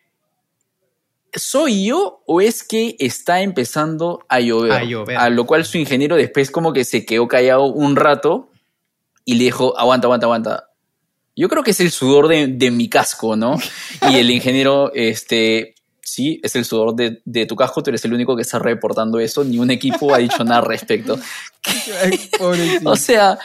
¿soy yo o es que está empezando a llover? A lo cual su ingeniero después como que se quedó callado un rato y le dijo: aguanta. Yo creo que es el sudor de mi casco, ¿no? Y el ingeniero, sí, es el sudor de tu casco, tú eres el único que está reportando eso, ni un equipo ha dicho nada al respecto. O sea,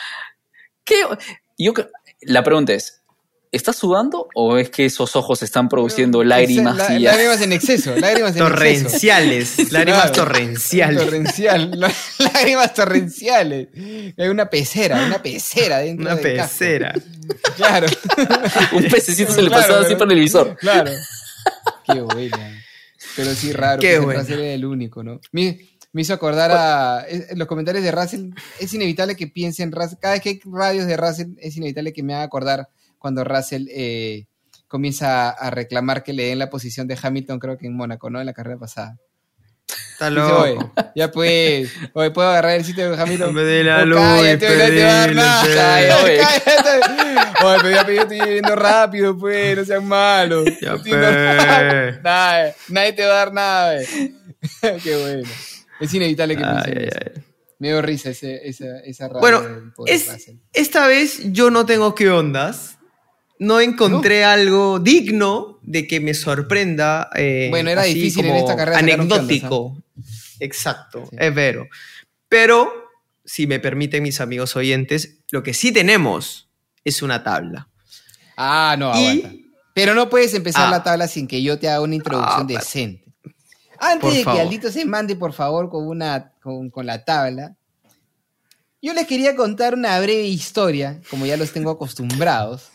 la pregunta es, ¿estás sudando o es que esos ojos están produciendo lágrimas? Lágrimas en exceso. Torrenciales. Lágrimas torrenciales. Lágrimas torrenciales. Hay una pecera dentro una del pecera. Casco. Claro. Un pececito se le pasaba así por el visor. Claro. Qué buena. Pero sí, raro. Qué bueno. Russell era el único, ¿no? Me hizo acordar a los comentarios de Russell. Es inevitable que piense en Russell. Cada vez que hay radios de Russell, es inevitable que me haga acordar cuando Russell comienza a reclamar que le den la posición de Hamilton, creo que en Mónaco, ¿no? En la carrera pasada. Está loco. Dice, ya pues, puedo agarrar el sitio de Hamilton. Me dé la luz. Cállate, no te va a dar nada. Cállate. Oye, pero yo estoy viviendo rápido, pues, no sean malos. Ya nadie te va a dar nada, Qué bueno. Es inevitable que piensen eso. Me dio risa esa radio. Bueno, esta vez yo no tengo qué ondas. No encontré algo digno de que me sorprenda. Bueno, era difícil en esta carrera. Anecdótico. Exacto, sí. Es vero. Pero, si me permiten mis amigos oyentes, lo que sí tenemos es una tabla. Aguanta. Pero no puedes empezar la tabla sin que yo te haga una introducción decente. Antes de que Aldito se mande, por favor, con la tabla, yo les quería contar una breve historia, como ya los tengo acostumbrados.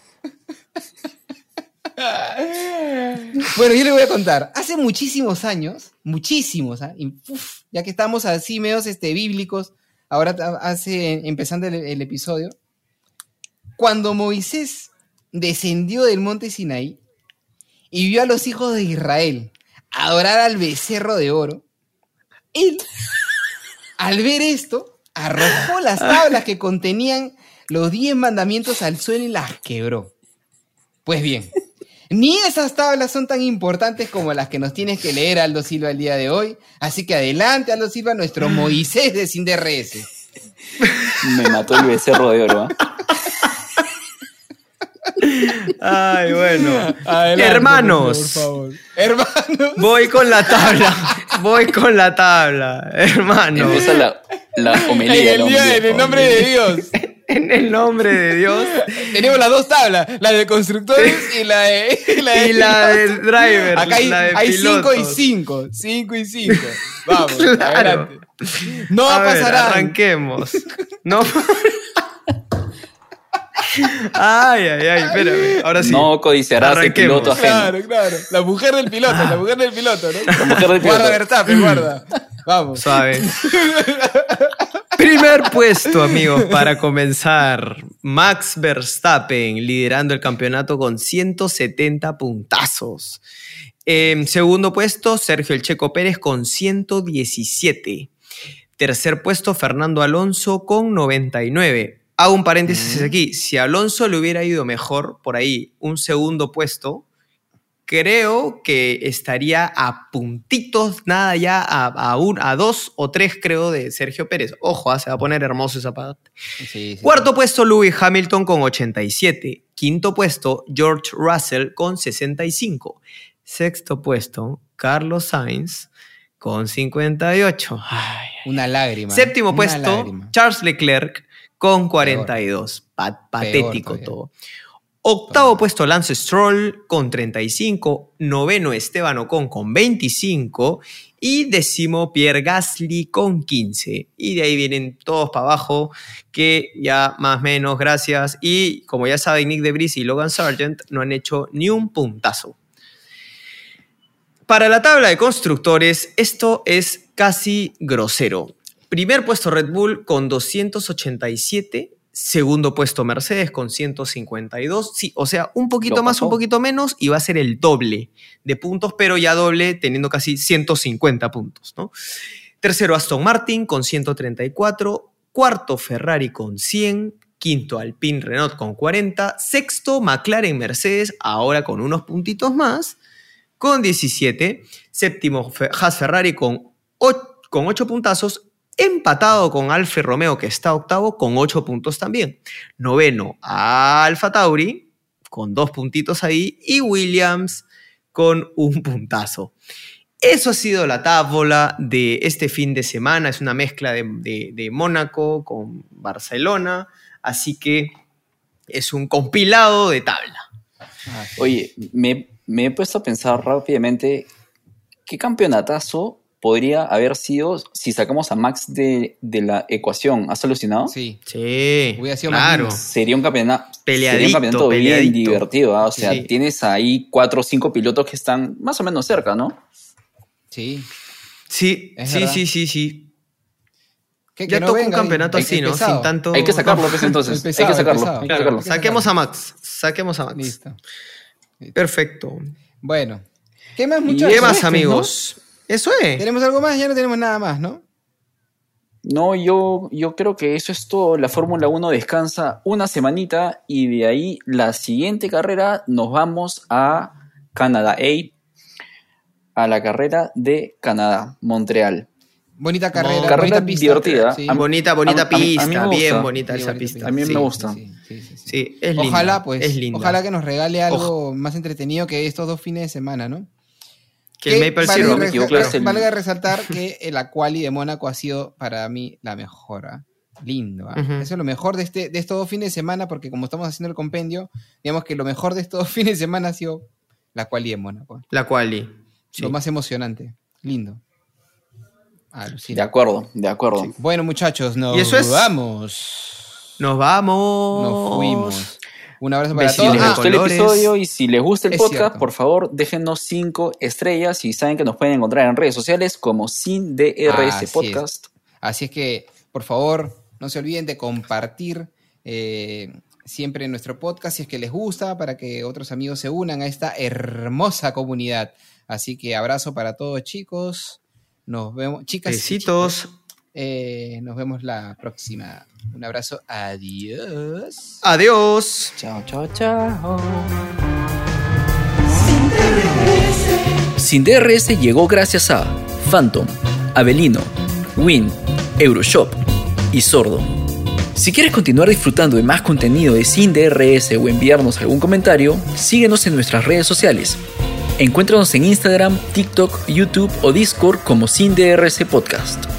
Bueno, yo les voy a contar. Hace muchísimos años, ya que estamos así medios bíblicos, ahora empezando el episodio, cuando Moisés descendió del monte Sinaí y vio a los hijos de Israel adorar al becerro de oro, él, al ver esto, arrojó las tablas que contenían los 10 mandamientos al suelo y las quebró. Pues bien, ni esas tablas son tan importantes como las que nos tienes que leer, Aldo Silva, el día de hoy. Así que adelante, Aldo Silva, nuestro Moisés de Sin DRS. Me mató el becerro de oro, Ay, bueno. Adelante, hermanos, por favor. Hermanos. Voy con la tabla. Hermanos. Empieza la homilía. En el nombre de Dios. En el nombre de Dios. Tenemos las dos tablas, la de constructores y la de drivers. Acá hay 5 y 5. 5 y 5. Vamos, claro. Adelante. No pasará. Arranquemos. No. Ay, espérame. Ahora sí. No codiciarás el piloto ajeno. Claro. La mujer del piloto, ¿no? La mujer del piloto. Guarda, Verstappen, guarda. Vamos. Suave. Primer puesto, amigos, para comenzar. Max Verstappen liderando el campeonato con 170 puntazos. Segundo puesto, Sergio El Checo Pérez con 117. Tercer puesto, Fernando Alonso con 99. Hago un paréntesis aquí. Si a Alonso le hubiera ido mejor, por ahí, un segundo puesto, creo que estaría a puntitos, nada ya, a 2 o 3 creo de Sergio Pérez. Ojo, se va a poner hermoso esa parte. Sí, Cuarto puesto, Lewis Hamilton con 87. Quinto puesto, George Russell con 65. Sexto puesto, Carlos Sainz con 58. Ay, una lágrima. Séptimo puesto, Charles Leclerc con 42. Patético todo. Octavo puesto, Lance Stroll con 35. Noveno, Esteban Ocon con 25. Y décimo, Pierre Gasly con 15. Y de ahí vienen todos para abajo, que ya más o menos, gracias. Y como ya saben, Nick Debris y Logan Sargent no han hecho ni un puntazo. Para la tabla de constructores, esto es casi grosero. Primer puesto Red Bull con 287. Segundo puesto Mercedes con 152. Sí, o sea, un poquito más, un poquito menos y va a ser el doble de puntos, pero ya doble teniendo casi 150 puntos, ¿no? Tercero Aston Martin con 134. Cuarto Ferrari con 100. Quinto Alpine Renault con 40. Sexto McLaren Mercedes, ahora con unos puntitos más, con 17. Séptimo Haas Ferrari con 8 puntazos. Empatado con Alfa Romeo, que está octavo, con 8 puntos también. Noveno, Alfa Tauri, con 2 puntitos ahí. Y Williams, con 1 puntazo. Eso ha sido la tabla de este fin de semana. Es una mezcla de Mónaco con Barcelona. Así que es un compilado de tabla. Oye, me he puesto a pensar rápidamente qué campeonatazo podría haber sido si sacamos a Max de la ecuación. ¿Has alucinado? Sí. Hubiera sido claro. Sería un campeonato peleadito, bien divertido. ¿eh? O sea, tienes ahí 4 o 5 pilotos que están más o menos cerca, ¿no? Sí. Sí. Ya toca un campeonato así, ¿no? Sin tanto... Hay que sacarlo, pues, entonces. Hay que sacarlo. Saquemos a Max. Listo. Perfecto. Bueno. ¿Qué más, muchachos? ¿Qué más, amigos? ¿No? Eso es. ¿Tenemos algo más? Ya no tenemos nada más, ¿no? No, yo creo que eso es todo. La Fórmula 1 descansa una semanita y de ahí la siguiente carrera nos vamos a Canadá 8, a la carrera de Canadá, Montreal. Bonita carrera. Carrera pista, divertida. Sí. Bonita pista, bien bonita esa pista. A mí me gusta. Sí, es linda. Ojalá, pues, ojalá que nos regale algo más entretenido que estos 2 fines de semana, ¿no? Que el Maple Syrup, valga resaltar que la quali de Mónaco ha sido para mí la mejor. Lindo. Uh-huh. Eso es lo mejor de estos 2 fines de semana, porque como estamos haciendo el compendio, digamos que lo mejor de estos 2 fines de semana ha sido la quali de Mónaco. La quali. Sí. Lo más emocionante. Lindo. De acuerdo. Sí. Bueno, muchachos, nos vamos. Nos fuimos. Un abrazo para todos. Si les gustó el episodio y si les gusta el podcast, por favor, déjenos 5 estrellas y saben que nos pueden encontrar en redes sociales como SinDRS Podcast. Así es que, por favor, no se olviden de compartir siempre nuestro podcast si es que les gusta, para que otros amigos se unan a esta hermosa comunidad. Así que abrazo para todos, chicos. Nos vemos, chicas. Besitos. Nos vemos la próxima. Un abrazo. Adiós. Adiós. Chao. Sin DRS llegó gracias a Phantom, Avelino, Win, Euroshop y Sordo. Si quieres continuar disfrutando de más contenido de Sin DRS o enviarnos algún comentario, síguenos en nuestras redes sociales. Encuéntranos en Instagram, TikTok, YouTube o Discord como Sin DRS Podcast.